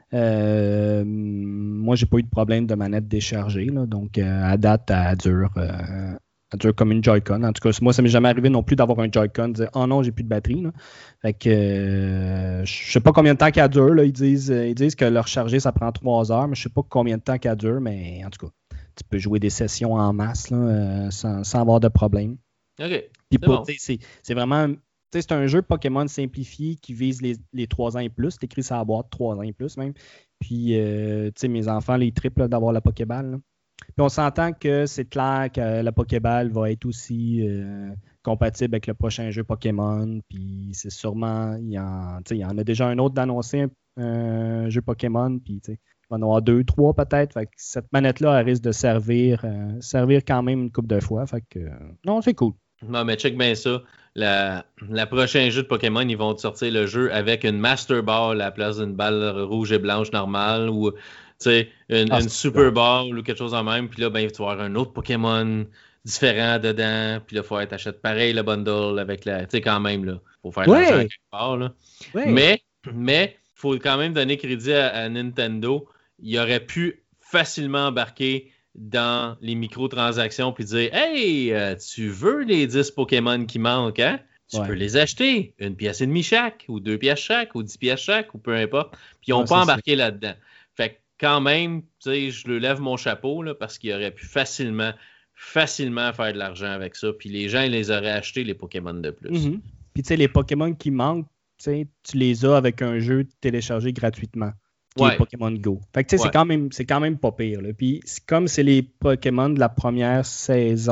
Moi, j'ai pas eu de problème de manette déchargée, là, donc à date, elle dure comme une Joy-Con. En tout cas, moi, ça m'est jamais arrivé non plus d'avoir un Joy-Con, dire « Oh non, j'ai plus de batterie. » Fait que je sais pas combien de temps qu'elle dure. Là. Ils disent que le recharger, ça prend 3 heures, mais je sais pas combien de temps qu'elle dure, mais en tout cas, tu peux jouer des sessions en masse là, sans avoir de problème. OK. Puis c'est vraiment... c'est un jeu Pokémon simplifié qui vise les 3 ans et plus. C'est écrit sur la boîte 3 ans et plus même. Puis, mes enfants, les triplent d'avoir la Pokéball. Là. Puis on s'entend que c'est clair que la Pokéball va être aussi compatible avec le prochain jeu Pokémon. Puis c'est sûrement, il y en a déjà un autre d'annoncer un jeu Pokémon. Puis il va en avoir 2, 3 peut-être. Fait que cette manette-là, elle risque de servir quand même une couple de fois. Fait que non, c'est cool. Non, mais check bien ça. La prochain jeu de Pokémon, ils vont te sortir le jeu avec une Master Ball à la place d'une balle rouge et blanche normale ou une Super Ball ou quelque chose en même. Puis là, ben, tu vas avoir un autre Pokémon différent dedans. Puis là, il faut t'achètes pareil le bundle avec la. Tu sais, quand même, là. Faut faire l'argent quelque part, là. Ouais. Mais, faut quand même donner crédit à Nintendo. Il aurait pu facilement embarquer dans les microtransactions puis dire « Hey, tu veux les 10 Pokémon qui manquent, hein? Tu peux les acheter. 1 pièce et demie chaque, ou 2 pièces chaque, ou 10 pièces chaque, ou peu importe. » Puis ils n'ont pas embarqué là-dedans. Fait que quand même, tu sais, je le lève mon chapeau là, parce qu'il aurait pu facilement faire de l'argent avec ça. Puis les gens, ils les auraient achetés, les Pokémon de plus. Mm-hmm. Puis tu sais, les Pokémon qui manquent, tu les as avec un jeu téléchargé gratuitement. Qui est Pokémon Go. Fait que c'est quand même pas pire. Là. Puis comme c'est les Pokémon de la première saison,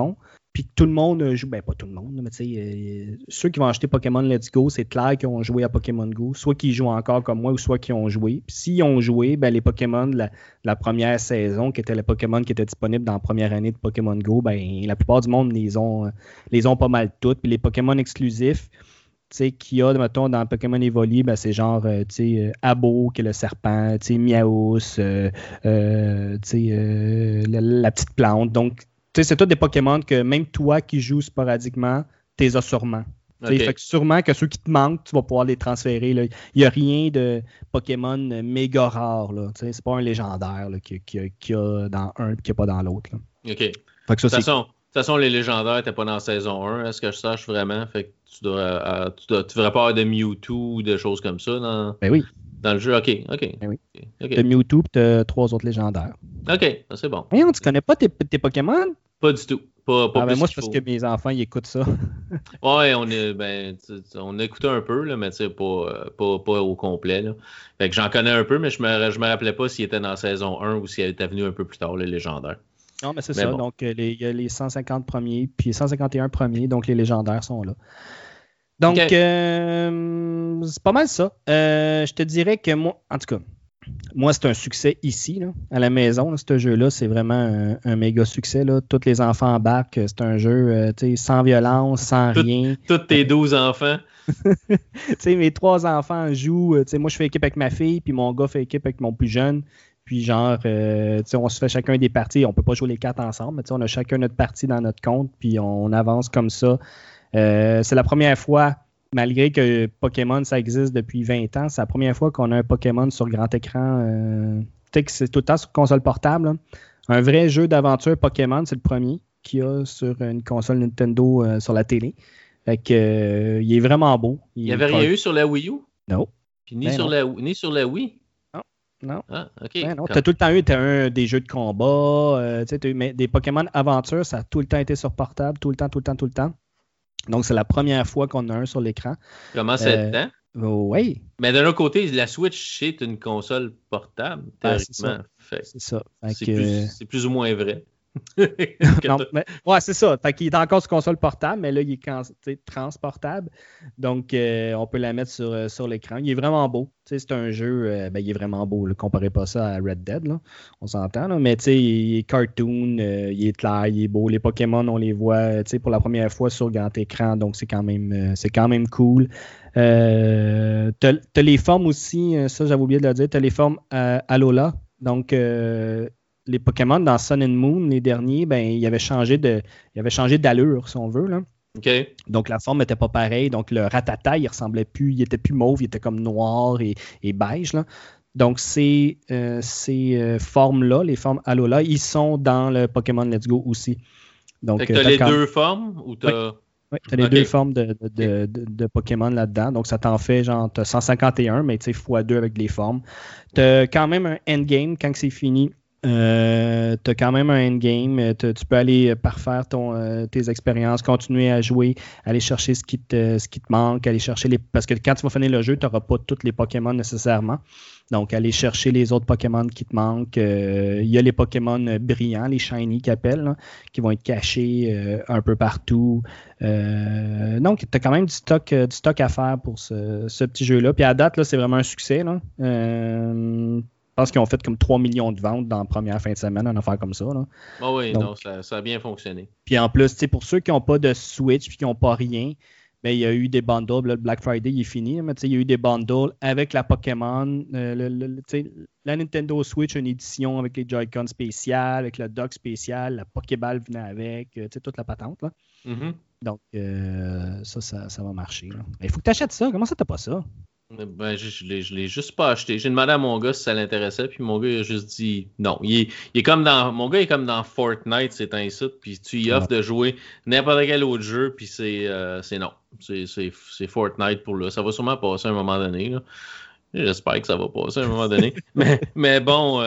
puis tout le monde joue, ben pas tout le monde, mais tu sais, ceux qui vont acheter Pokémon Let's Go, c'est clair qu'ils ont joué à Pokémon Go, soit qu'ils jouent encore comme moi, ou soit qu'ils ont joué. Puis s'ils ont joué, ben les Pokémon de la première saison, qui étaient les Pokémon qui étaient disponibles dans la première année de Pokémon Go, ben la plupart du monde les ont pas mal toutes. Puis les Pokémon exclusifs, qu'il y a, mettons, dans Pokémon Evoli, ben, c'est genre, Abo, qui est le serpent, Miaus, la petite plante. Donc, c'est tous des Pokémon que même toi qui joues sporadiquement, t'es as sûrement. Okay. Fait que sûrement que ceux qui te manquent, tu vas pouvoir les transférer. Il n'y a rien de Pokémon méga rare. C'est pas un légendaire qu'il y a dans un et qu'il n'y a pas dans l'autre. OK. Fait que ça, de toute façon, les légendaires n'étaient pas dans la saison 1, est-ce que je sache vraiment? Fait que tu devrais pas avoir de Mewtwo ou de choses comme ça dans, ben oui. Dans le jeu. OK. Ben oui. T'as Mewtwo et t'as 3 autres légendaires. OK, c'est bon. Voyons, tu connais pas tes Pokémon? Pas du tout. Pas ben moi, c'est parce que mes enfants, ils écoutent ça. Ouais, on écoutait un peu, là, mais pas au complet. Là. Fait que j'en connais un peu, mais je me rappelais pas s'il était dans la saison 1 ou s'il était venu un peu plus tard, les légendaires. Non, mais c'est ça. Bon. Donc, il y a les 150 premiers, puis 151 premiers, donc les légendaires sont là. Donc, c'est pas mal ça. Je te dirais que moi, en tout cas, moi, c'est un succès ici, là, à la maison. Là, ce jeu-là, c'est vraiment un méga succès. Là. Tous les enfants embarquent. C'est un jeu sans violence, sans rien. Tous tes 12 enfants. Mes 3 enfants jouent. Moi, je fais équipe avec ma fille, puis mon gars fait équipe avec mon plus jeune. Puis genre, on se fait chacun des parties. On peut pas jouer les 4 ensemble, mais on a chacun notre partie dans notre compte, puis on avance comme ça. C'est la première fois, malgré que Pokémon, ça existe depuis 20 ans, c'est la première fois qu'on a un Pokémon sur grand écran. Peut-être que c'est tout le temps sur console portable. Là. Un vrai jeu d'aventure Pokémon, c'est le premier qu'il y a sur une console Nintendo sur la télé. Fait que, il est vraiment beau. Il n'y avait rien eu sur la Wii U? Non. Puis ni sur la Wii? Non. Ah, OK. Tu as tout le temps eu des jeux de combat, mais des Pokémon Aventure, ça a tout le temps été sur portable, tout le temps. Donc, c'est la première fois qu'on a un sur l'écran. Comment c'est dedans? Oui. Mais d'un autre côté, la Switch, c'est une console portable, théoriquement. C'est ça. C'est plus ou moins vrai. C'est ça. Fait qu'il est encore sur console portable, mais là, il est transportable. Donc, on peut la mettre sur l'écran. Il est vraiment beau. C'est un jeu, il est vraiment beau. Là. Comparez pas ça à Red Dead. Là. On s'entend. Là. Mais il est cartoon, il est clair, il est beau. Les Pokémon, on les voit pour la première fois sur grand écran. Donc, c'est quand même cool. T'as les formes aussi, ça j'avais oublié de le dire. T'as les formes Alola. Donc, les Pokémon dans Sun and Moon, les derniers, ils avaient changé d'allure, si on veut. Là. Okay. Donc, la forme n'était pas pareille. Donc, le Rattata, il ressemblait plus, il était plus mauve, il était comme noir et beige. Là. Donc, ces formes-là, les formes Alola, ils sont dans le Pokémon Let's Go aussi. Donc, tu as les deux formes ou t'as... Oui, tu as les deux formes de Pokémon là-dedans. Donc, ça t'en fait genre, tu as 151, mais tu sais, x2 avec les formes. Tu as quand même un endgame quand c'est fini. Tu as quand même un endgame. Tu peux aller parfaire tes expériences, continuer à jouer, aller chercher ce qui te manque, aller chercher parce que quand tu vas finir le jeu, tu n'auras pas tous les Pokémon nécessairement. Donc, aller chercher les autres Pokémon qui te manquent. Il y a les Pokémon brillants, les shiny qu'ils appellent, là, qui vont être cachés un peu partout. Donc, tu as quand même du stock à faire pour ce petit jeu-là. Puis à date, là, c'est vraiment un succès. Là. Je pense qu'ils ont fait comme 3 millions de ventes dans la première fin de semaine, une affaire comme ça. Là. Oh oui, donc, ça a bien fonctionné. Puis en plus, pour ceux qui n'ont pas de Switch et qui n'ont pas rien, il y a eu des bundles. Là, le Black Friday, il est fini, mais il y a eu des bundles avec la Pokémon, la Nintendo Switch, une édition avec les Joy-Con spéciales, avec le dock spécial, la Pokéball venait avec, toute la patente. Là. Mm-hmm. Donc, ça va marcher. Là. Mais il faut que tu achètes ça. Comment ça, t'as pas ça? Ben, je l'ai juste pas acheté. J'ai demandé à mon gars si ça l'intéressait, puis mon gars il a juste dit non. Mon gars est comme dans Fortnite, c'est un site, puis tu y offres de jouer n'importe quel autre jeu, puis c'est non. C'est Fortnite pour là. Ça va sûrement passer à un moment donné. Là. J'espère que ça va passer à un moment donné. mais bon,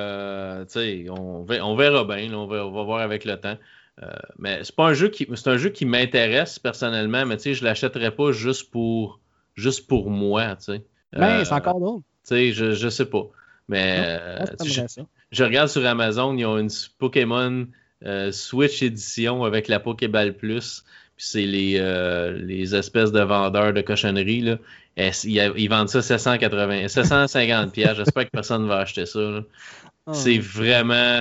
on verra bien. Là, on va voir avec le temps. Mais c'est un jeu qui m'intéresse personnellement, mais je l'achèterais pas juste pour moi, tu sais. C'est encore drôle. Tu sais, je sais pas. Mais je regarde sur Amazon, ils ont une Pokémon Switch Edition avec la Pokéball Plus. Puis c'est les espèces de vendeurs de cochonneries, là. Ils vendent ça 750 piastres. J'espère que personne ne va acheter ça, là. C'est vraiment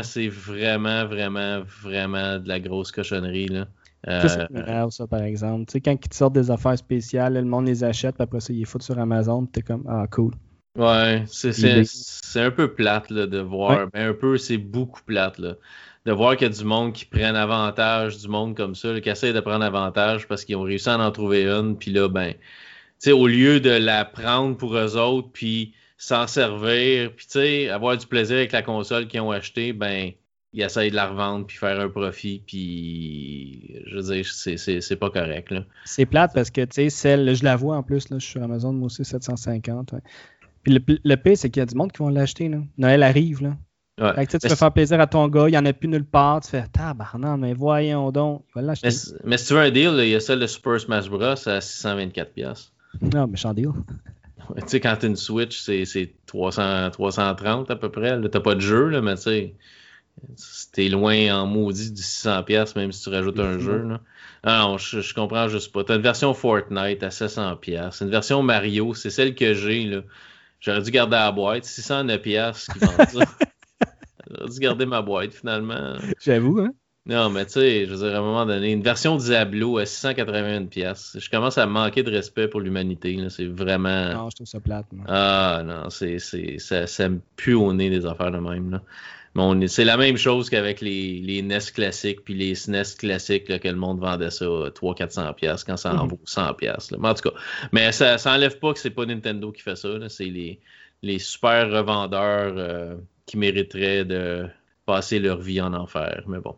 de la grosse cochonnerie, là. C'est grave, ça, par exemple. Tu sais, quand ils te sortent des affaires spéciales, le monde les achète, puis après ça, ils les foutent sur Amazon, puis t'es comme, ah, cool. Ouais, c'est un peu plate, là, de voir. Ouais. Ben, c'est beaucoup plate, là. De voir qu'il y a du monde qui prennent avantage du monde comme ça, là, qui essaie de prendre avantage parce qu'ils ont réussi à en trouver une, puis là, ben, tu sais, au lieu de la prendre pour eux autres, puis s'en servir, puis tu sais, avoir du plaisir avec la console qu'ils ont acheté, ben, ils essayent de la revendre, puis faire un profit, puis je veux dire, c'est pas correct, là. C'est plate parce que, tu sais, je la vois en plus, là, je suis sur Amazon, moi aussi, 750. Ouais. Puis le pire, c'est qu'il y a du monde qui vont l'acheter, là. Noël arrive, là. Ouais. Fait que, tu veux faire plaisir à ton gars, il n'y en a plus nulle part, tu fais tabarnak, mais voyons donc, il va l'acheter. Mais si tu veux un deal, il y a celle de Super Smash Bros. À 624$. Non, méchant deal. Tu sais, quand t'as une Switch, c'est 330 à peu près. Là, t'as pas de jeu, là, mais tu sais, t'es loin en maudit du 600$, même si tu rajoutes un jeu. Là. Non, je comprends juste pas. T'as une version Fortnite à 700$. Une version Mario, c'est celle que j'ai, là. J'aurais dû garder la boîte. 609$ qui vendent ça. J'aurais dû garder ma boîte, finalement. J'avoue, hein? Non, mais tu sais, je veux dire, à un moment donné, une version Diablo à 681$. Je commence à manquer de respect pour l'humanité. Là. C'est vraiment... Non, je trouve ça plate. Moi. Ah, non, ça me pue au nez des affaires de même. Là. Mais c'est la même chose qu'avec les NES classiques puis les SNES classiques là, que le monde vendait ça 300-400$ quand ça en vaut 100$. Là. Mais en tout cas, mais ça enlève pas que c'est pas Nintendo qui fait ça. Là. C'est les super revendeurs qui mériteraient de passer leur vie en enfer. Mais bon.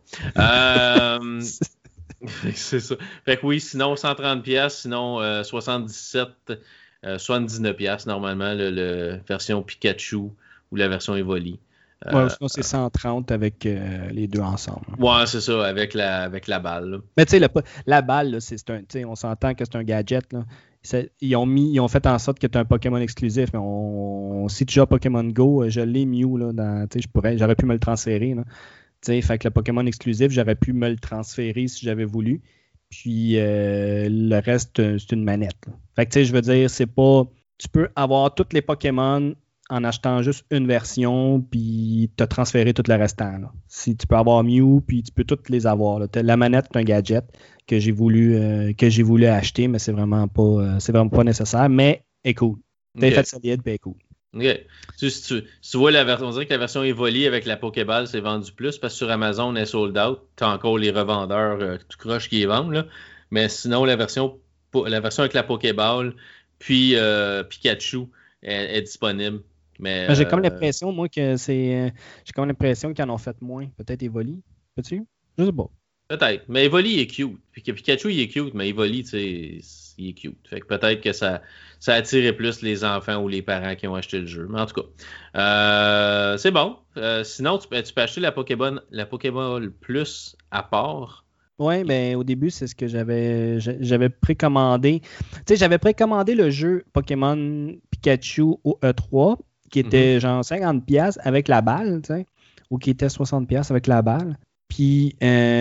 C'est ça. Fait que oui, sinon 130$, sinon 79$ normalement, la version Pikachu ou la version Evoli. Ouais, sinon c'est 130 avec les deux ensemble. Ouais, c'est ça, avec la balle. Là. Mais tu sais, la balle, là, on s'entend que c'est un gadget. Là. Ils ont fait en sorte que tu as un Pokémon exclusif. Mais si tu joues à Pokémon Go, je l'ai Mew. Là, j'aurais pu me le transférer. Là. Fait que le Pokémon exclusif, j'aurais pu me le transférer si j'avais voulu. Puis le reste, c'est une manette. Là. Fait que je veux dire, c'est pas. Tu peux avoir tous les Pokémon en achetant juste une version, puis te transférer tout le restant. Là. Si tu peux avoir Mew, puis tu peux toutes les avoir. Là. La manette, c'est un gadget que j'ai voulu acheter, mais c'est vraiment pas nécessaire, mais est cool. T'as fait solide, puis est cool. OK. Tu vois on dirait que la version Evoli avec la Pokéball, c'est vendu plus, parce que sur Amazon, elle est sold out. T'as encore les revendeurs tout croche qui les vendent, là. Mais sinon, la version avec la Pokéball, puis Pikachu est disponible. Mais, j'ai comme l'impression, moi, que c'est. J'ai comme l'impression qu'ils en ont fait moins. Peut-être Evoli. Peux-tu? Je sais pas. Peut-être. Mais Evoli est cute. Puis Pikachu, il est cute, mais Evoli, tu sais, il est cute. Fait que peut-être que ça attirait plus les enfants ou les parents qui ont acheté le jeu. Mais en tout cas, c'est bon. Sinon, tu peux acheter la Pokéball Plus à part. Oui, ben au début, c'est ce que j'avais précommandé. Tu sais, j'avais précommandé le jeu Pokémon Pikachu au E3, qui était genre 50$ avec la balle, tu sais, ou qui était 60$ avec la balle. Puis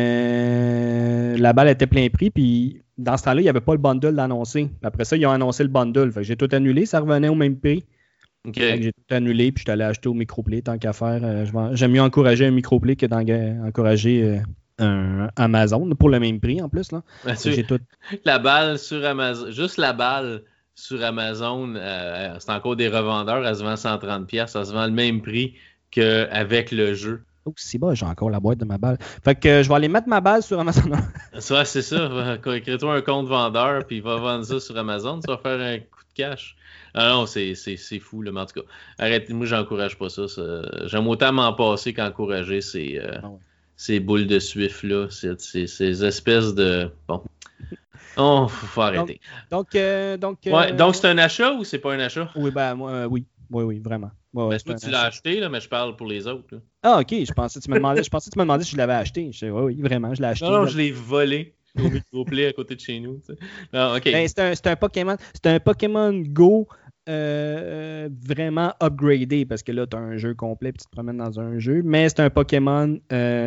la balle était plein prix, puis dans ce temps-là, il n'y avait pas le bundle d'annoncer. Après ça, ils ont annoncé le bundle. Fait que j'ai tout annulé, ça revenait au même prix. Okay. Fait que j'ai tout annulé, puis je suis allé acheter au microplay, tant qu'à faire. J'aime mieux encourager un microplay que d'encourager un Amazon pour le même prix en plus. Là. La balle sur Amazon, juste la balle sur Amazon, c'est encore des revendeurs, elle se vend 130$, ça se vend le même prix qu'avec le jeu. Oh, c'est bon, j'ai encore la boîte de ma balle. Fait que je vais aller mettre ma balle sur Amazon. Ça, c'est ça. Crée-toi un compte vendeur, puis va vendre ça sur Amazon, tu vas faire un coup de cash. Ah non, c'est fou, là, mais en tout cas, arrête, moi, j'encourage pas ça. J'aime autant m'en passer qu'encourager ces boules de Swift, là, ces espèces de... Bon. Oh, faut arrêter. Donc c'est un achat ou c'est pas un achat? Oui, oui, vraiment. Ouais, toi, tu l'as acheté, là, mais je parle pour les autres. Là. Ah, ok, je pensais que tu me demandais si je l'avais acheté. Oui, vraiment, je l'ai acheté. Non, je l'ai volé au microplay à côté de chez nous. Non, ok. Ben, c'est un Pokémon Go vraiment upgradé parce que là, tu as un jeu complet et tu te promènes dans un jeu, mais c'est un Pokémon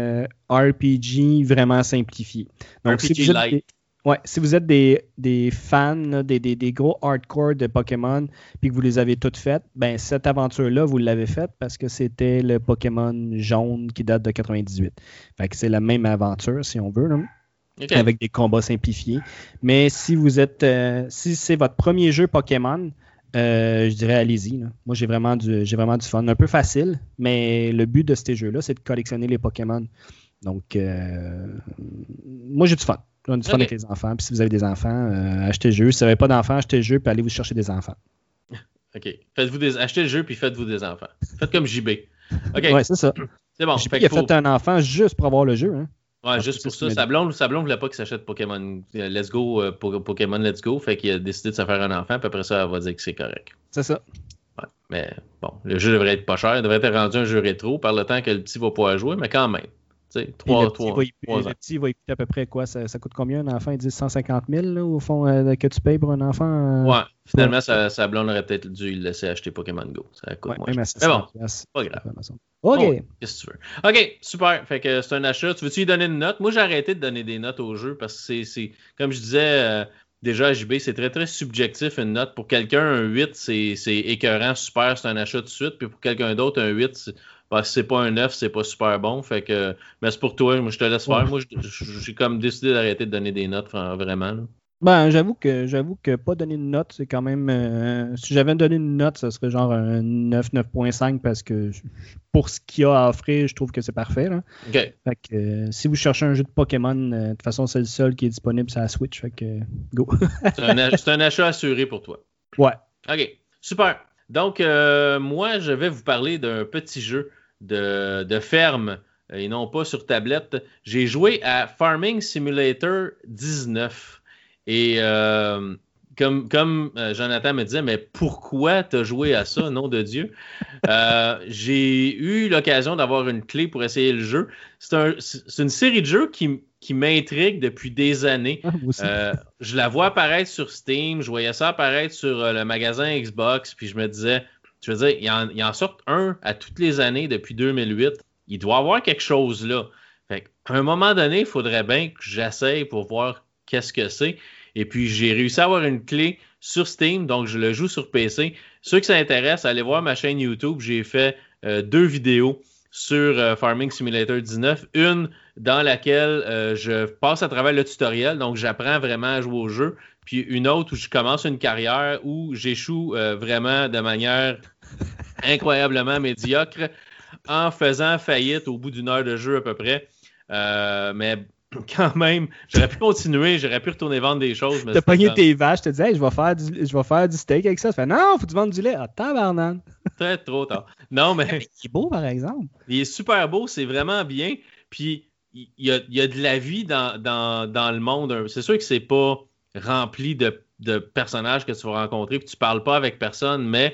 RPG vraiment simplifié. Donc, RPG Lite. Si vous êtes des fans, là, des gros hardcore de Pokémon, puis que vous les avez toutes faites, ben cette aventure-là, vous l'avez faite parce que c'était le Pokémon jaune qui date de 98. Fait que c'est la même aventure, si on veut, là, avec des combats simplifiés. Mais si vous êtes, si c'est votre premier jeu Pokémon, je dirais allez-y. Là. Moi, j'ai vraiment du fun. Un peu facile, mais le but de ces jeux-là, c'est de collectionner les Pokémon. Donc, moi, j'ai du fun. J'ai du fun avec les enfants. Puis si vous avez des enfants, achetez le jeu. Si vous n'avez pas d'enfants, achetez le jeu puis allez vous chercher des enfants. OK. Achetez le jeu puis faites-vous des enfants. Faites comme JB. OK. Ouais, c'est ça. C'est bon. JB, il a fait un enfant juste pour avoir le jeu. Hein. Ouais, juste pour ça. Sa blonde voulait pas qu'il s'achète Pokémon Let's Go, Pokémon Let's Go. Fait qu'il a décidé de se faire un enfant. Puis après ça, elle va dire que c'est correct. C'est ça. Ouais. Mais bon, le jeu devrait être pas cher. Il devrait être rendu un jeu rétro par le temps que le petit va pouvoir jouer. Mais quand même. Le petit va coûter à peu près quoi? Ça coûte combien un enfant? Ils disent 150 000 là, au fond que tu payes pour un enfant? Ouais, finalement, sa blonde aurait peut-être dû le laisser acheter Pokémon Go. Ça coûte moins cher. Mais bon, pas grave. OK. Bon, qu'est-ce que tu veux? OK, super. Fait que c'est un achat. Tu veux-tu lui donner une note? Moi, j'ai arrêté de donner des notes au jeu parce que c'est comme je disais déjà à JB, c'est très, très subjectif une note. Pour quelqu'un, un 8, c'est écœurant, super, c'est un achat tout de suite. Puis pour quelqu'un d'autre, un 8, c'est pas un 9, c'est pas super bon. Fait que, mais c'est pour toi, moi je te laisse faire. Moi, j'ai comme décidé d'arrêter de donner des notes, vraiment. Là. Ben, j'avoue que pas donner une note, c'est quand même. Si j'avais donné une note, ça serait genre un 9, 9.5 parce que pour ce qu'il y a à offrir, je trouve que c'est parfait. Là. OK. Fait que si vous cherchez un jeu de Pokémon, de toute façon, c'est le seul qui est disponible sur la Switch. Fait que go. c'est un achat assuré pour toi. Ouais. OK. Super. Donc, moi, je vais vous parler d'un petit jeu de ferme et non pas sur tablette. J'ai joué à Farming Simulator 19. Et comme Jonathan me disait, mais pourquoi tu as joué à ça, nom de Dieu? J'ai eu l'occasion d'avoir une clé pour essayer le jeu. C'est une série de jeux qui m'intrigue depuis des années. Je la vois apparaître sur Steam, je voyais ça apparaître sur le magasin Xbox, puis je me disais, je veux dire, il en sort un à toutes les années depuis 2008. Il doit y avoir quelque chose là. Fait qu'à un moment donné, il faudrait bien que j'essaye pour voir qu'est-ce que c'est. Et puis, j'ai réussi à avoir une clé sur Steam, donc je le joue sur PC. Ceux qui s'intéressent, allez voir ma chaîne YouTube. J'ai fait 2 vidéos sur Farming Simulator 19. Une dans laquelle je passe à travers le tutoriel, donc j'apprends vraiment à jouer au jeu. Puis une autre où je commence une carrière où j'échoue vraiment de manière incroyablement médiocre en faisant faillite au bout d'une heure de jeu à peu près. Mais quand même, j'aurais pu continuer, j'aurais pu retourner vendre des choses. T'as pogné tes vaches, tu te disais, hey, je vais faire du steak avec ça. Tu fais, non, faut que tu vendes du lait. Ah, tabarnane. Très trop tard. Non, mais. Il est beau, par exemple. Il est super beau, c'est vraiment bien. Puis, il y a de la vie dans le monde. C'est sûr que c'est pas rempli de personnages que tu vas rencontrer, puis tu parles pas avec personne, mais.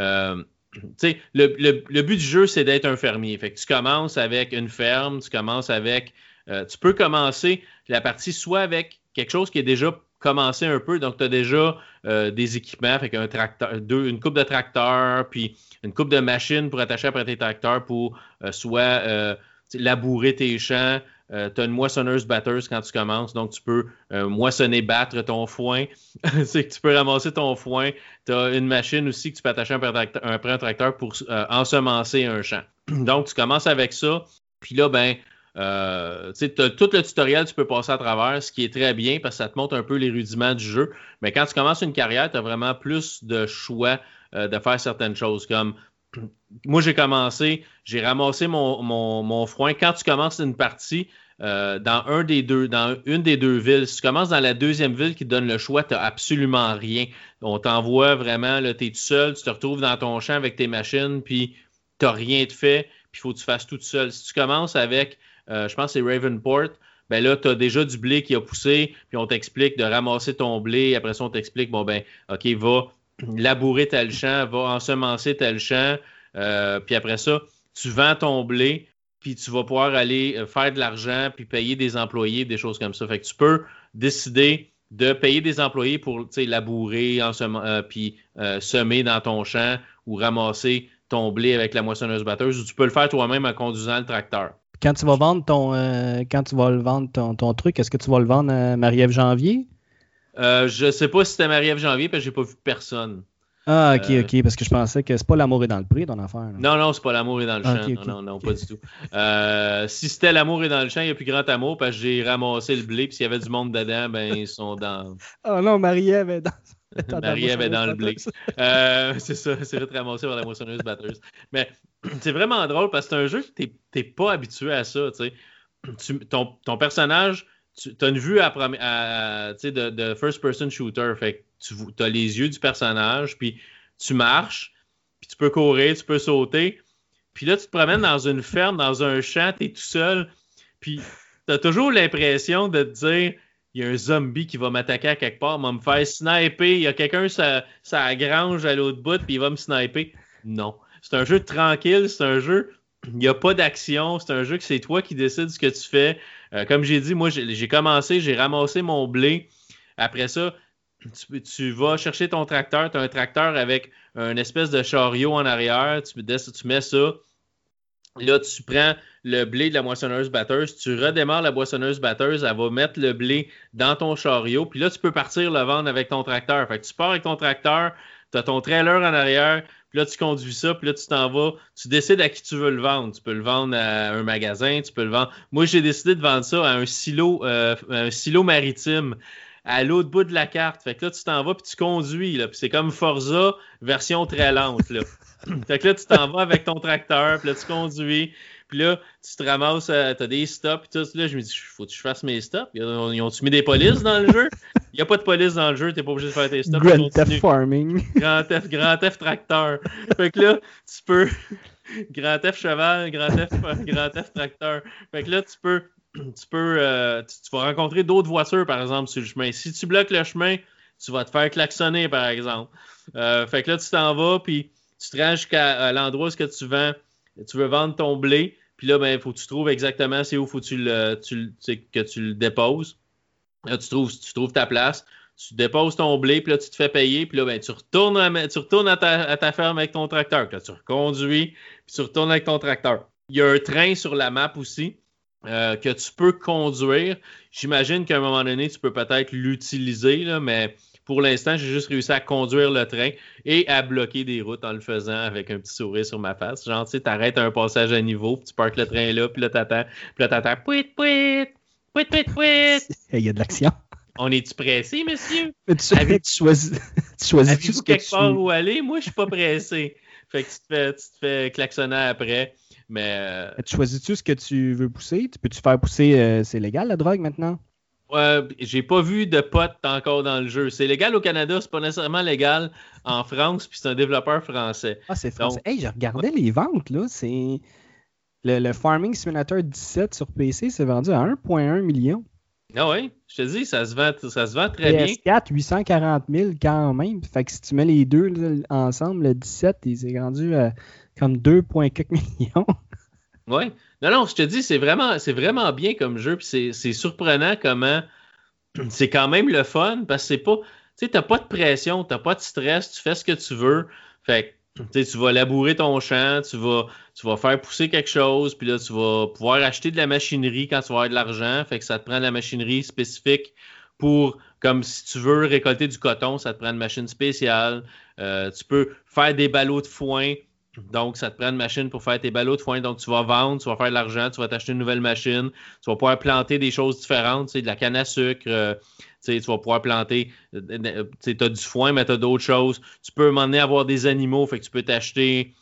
Le but du jeu, c'est d'être un fermier. Fait que tu commences avec une ferme, tu commences avec. Tu peux commencer la partie soit avec quelque chose qui est déjà commencé un peu, donc tu as déjà des équipements, fait qu'un tracteur, une coupe de tracteurs, puis une coupe de machines pour attacher après tes tracteurs pour soit labourer tes champs. Tu as une moissonneuse-batteuse quand tu commences, donc tu peux moissonner, battre ton foin. C'est que tu peux ramasser ton foin. Tu as une machine aussi que tu peux attacher après un tracteur pour ensemencer un champ. Donc, tu commences avec ça. Puis là, ben, tu as tout le tutoriel, tu peux passer à travers, ce qui est très bien parce que ça te montre un peu les rudiments du jeu. Mais quand tu commences une carrière, tu as vraiment plus de choix de faire certaines choses. Comme moi, j'ai ramassé mon foin. Quand tu commences une partie, dans une des deux villes, si tu commences dans la deuxième ville qui te donne le choix, tu n'as absolument rien. On t'envoie vraiment, tu es tout seul, tu te retrouves dans ton champ avec tes machines, puis tu n'as rien de fait, puis il faut que tu fasses tout seul. Si tu commences avec, je pense que c'est Ravenport, ben là, tu as déjà du blé qui a poussé, puis on t'explique de ramasser ton blé. Après ça, on t'explique, bon ben, OK, va labourer tel champ, va ensemencer tel champ, puis après ça, tu vends ton blé, puis tu vas pouvoir aller faire de l'argent, puis payer des employés, des choses comme ça. Fait que tu peux décider de payer des employés pour labourer, puis semer dans ton champ ou ramasser ton blé avec la moissonneuse-batteuse, ou tu peux le faire toi-même en conduisant le tracteur. Quand tu vas vendre ton truc, est-ce que tu vas le vendre à Marie-Ève Janvier? Je sais pas si c'était Marie-Ève Janvier, parce que j'ai pas vu personne. Ah, ok, parce que je pensais que c'est pas l'amour est dans le prix, ton affaire. Là. Non, c'est pas l'amour est dans le champ. Okay. Non, pas du tout. Si c'était l'amour est dans le champ, il n'y a plus grand amour, parce que j'ai ramassé le blé, puis s'il y avait du monde dedans, ben ils sont dans... Oh non, Marie-Ève est dans... Marie-Ève est dans le blé. C'est ça, c'est vite ramassé par la moissonneuse-batteuse. Mais c'est vraiment drôle, parce que c'est un jeu que t'es pas habitué à ça, tu sais. Ton personnage... Tu as une vue de first-person shooter. Fait que tu as les yeux du personnage, puis tu marches, puis tu peux courir, tu peux sauter. Puis là, tu te promènes dans une ferme, dans un champ, tu es tout seul. Puis tu as toujours l'impression de te dire, il y a un zombie qui va m'attaquer à quelque part, il va me faire sniper. Il y a quelqu'un ça grange à l'autre bout, puis il va me sniper. Non. C'est un jeu tranquille, c'est un jeu... Il n'y a pas d'action, c'est un jeu que c'est toi qui décides ce que tu fais. Comme j'ai dit, moi, j'ai commencé, j'ai ramassé mon blé. Après ça, tu vas chercher ton tracteur. Tu as un tracteur avec une espèce de chariot en arrière. Tu mets ça. Là, tu prends le blé de la moissonneuse-batteuse. Tu redémarres la moissonneuse-batteuse. Elle va mettre le blé dans ton chariot. Puis là, tu peux partir le vendre avec ton tracteur. Fait que tu pars avec ton tracteur. Tu as ton trailer en arrière. Puis là, tu conduis ça, puis là, tu t'en vas. Tu décides à qui tu veux le vendre. Tu peux le vendre à un magasin, tu peux le vendre... Moi, j'ai décidé de vendre ça à un silo maritime à l'autre bout de la carte. Fait que là, tu t'en vas, puis tu conduis. Là. Puis c'est comme Forza, version très lente. Là. Fait que là, tu t'en vas avec ton tracteur, puis là, tu conduis. Puis là, tu te ramasses, t'as des stops, puis tout. Là, je me dis, faut que je fasse mes stops. Ils ont-tu mis des polices dans le jeu? Il n'y a pas de police dans le jeu, t'es pas obligé de faire tes stops. Grand Theft Farming. Grand Theft Tracteur. Fait que là, tu peux... Grand Theft Cheval, Grand Theft Tracteur. Fait que là, tu vas rencontrer d'autres voitures, par exemple, sur le chemin. Si tu bloques le chemin, tu vas te faire klaxonner, par exemple. Fait que là, tu t'en vas, puis tu te rends jusqu'à l'endroit où tu veux vendre ton blé. Puis là, ben, il faut que tu trouves exactement c'est où faut que tu le déposes. Là, tu trouves ta place. Tu déposes ton blé, puis là, tu te fais payer. Puis là, ben, tu retournes à ta ferme avec ton tracteur. Puis là, tu reconduis, puis tu retournes avec ton tracteur. Il y a un train sur la map aussi que tu peux conduire. J'imagine qu'à un moment donné, tu peux peut-être l'utiliser, là, mais pour l'instant, j'ai juste réussi à conduire le train et à bloquer des routes en le faisant avec un petit sourire sur ma face. Genre, tu sais, t'arrêtes à un passage à niveau, puis tu parques le train là, puis là, t'attends. Puis là, t'attends. Pouit, pouit, pouit, pouit, pouit. Il y a de l'action. On est-tu pressé, monsieur? Mais tu choisis avez-vous quelque part où aller? Moi, je suis pas pressé. Fait que tu te fais klaxonner après. Mais tu choisis-tu ce que tu veux pousser? Peux-tu faire pousser... c'est légal, la drogue, maintenant? J'ai pas vu de potes encore dans le jeu. C'est légal au Canada, c'est pas nécessairement légal en France, puis c'est un développeur français. Ah, c'est français. Hey, je regardais les ventes, là. C'est... Le Farming Simulator 17 sur PC, c'est vendu à 1,1 million. Ah oui, je te dis, ça se vend très bien. PS4, 840 000 quand même. Fait que si tu mets les deux là, ensemble, le 17, il s'est rendu à comme 2,4 millions. Oui. Non, je te dis, c'est vraiment bien comme jeu. Puis c'est surprenant comment c'est quand même le fun parce que c'est pas. Tu sais, t'as pas de pression, t'as pas de stress, tu fais ce que tu veux. Fait que tu vas labourer ton champ, tu vas faire pousser quelque chose, puis là, tu vas pouvoir acheter de la machinerie quand tu vas avoir de l'argent. Fait que ça te prend de la machinerie spécifique pour, comme si tu veux récolter du coton, ça te prend une machine spéciale. Tu peux faire des ballots de foin. Donc, ça te prend une machine pour faire tes ballots de foin. Donc, tu vas vendre, tu vas faire de l'argent, tu vas t'acheter une nouvelle machine. Tu vas pouvoir planter des choses différentes, tu sais, de la canne à sucre. Tu vas pouvoir planter, tu as du foin, mais tu as d'autres choses. Tu peux m'emmener avoir des animaux, fait que tu peux t'acheter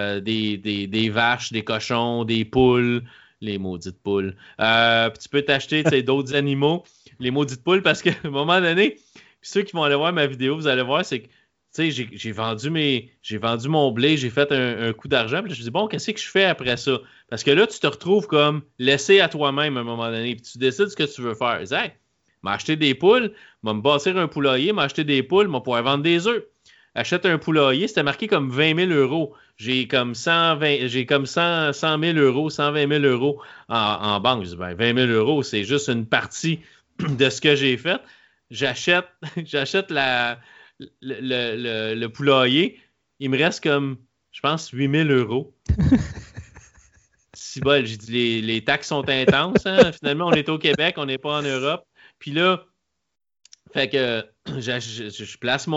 des vaches, des cochons, des poules, les maudites poules. Puis tu peux t'acheter d'autres animaux, les maudites poules, parce qu'à un moment donné, ceux qui vont aller voir ma vidéo, vous allez voir, c'est que j'ai vendu mon blé, j'ai fait un coup d'argent, puis là, je me dis, bon, qu'est-ce que je fais après ça? Parce que là, tu te retrouves comme laissé à toi-même à un moment donné, puis tu décides ce que tu veux faire. Tu dis, hey, m'acheter des poules, me bâtir un poulailler, m'acheter des poules, pouvoir vendre des œufs. Achète un poulailler, c'était marqué comme 20 000 €. J'ai comme 100 000 €, 120 000 € en banque. Je dis, ben, 20 000 €, c'est juste une partie de ce que j'ai fait. j'achète le poulailler. Il me reste comme, je pense, 8 000 €. Si bol, j'ai dit, les taxes sont intenses. Hein? Finalement, on est au Québec, on n'est pas en Europe. Puis là, fait que je place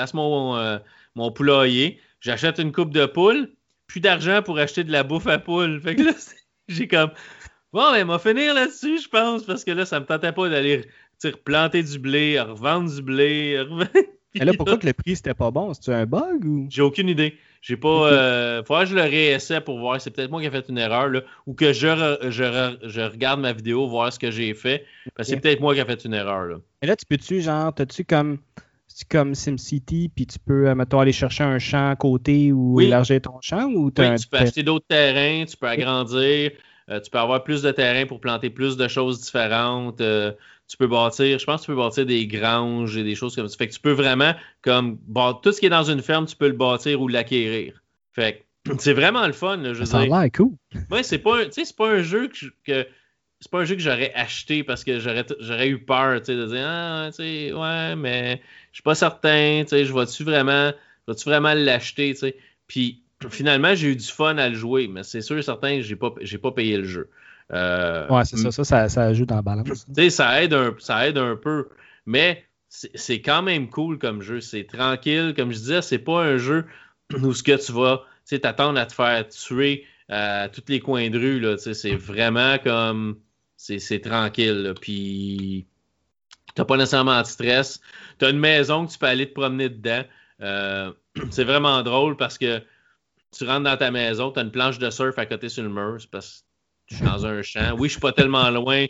mon poulailler, j'achète une coupe de poules, plus d'argent pour acheter de la bouffe à poules. Fait que là, j'ai comme, bon, ben, m'a finir là-dessus, je pense, parce que là, ça me tentait pas d'aller replanter du blé, revendre du blé. Et là, pourquoi que le prix, c'était pas bon? C'est-tu un bug ou? J'ai aucune idée. J'ai pas. Faudrait que je le réessaie pour voir. C'est peut-être moi qui ai fait une erreur, là, ou que je regarde ma vidéo, voir ce que j'ai fait. Parce que c'est peut-être moi qui ai fait une erreur. Là. Et là, tu peux-tu, genre, t'as-tu comme SimCity, puis tu peux, mettons, aller chercher un champ à côté ou élargir ton champ? Ou oui, tu peux acheter d'autres terrains, tu peux agrandir, tu peux avoir plus de terrain pour planter plus de choses différentes. Tu peux bâtir, je pense que tu peux bâtir des granges et des choses comme ça. Fait que tu peux vraiment, comme, tout ce qui est dans une ferme, tu peux le bâtir ou l'acquérir. Fait que c'est vraiment le fun. Là, ça a l'air cool. Ouais, c'est pas un jeu c'est pas un jeu que j'aurais acheté parce que j'aurais eu peur, de dire, ouais, mais je suis pas certain, je vais-tu vraiment l'acheter, Puis finalement, j'ai eu du fun à le jouer, mais c'est sûr et certain que j'ai pas payé le jeu. Ouais, c'est ça ajoute dans la balance. Ça aide un peu, mais c'est quand même cool comme jeu. C'est tranquille, comme je disais, c'est pas un jeu où ce que tu vas t'attendre à te faire tuer à tous les coins de rue. Là, c'est vraiment comme c'est tranquille. Là, puis t'as pas nécessairement de stress. T'as une maison que tu peux aller te promener dedans. C'est vraiment drôle parce que tu rentres dans ta maison, t'as une planche de surf à côté sur le mur. C'est parce que je suis dans un champ. Oui, je suis pas tellement loin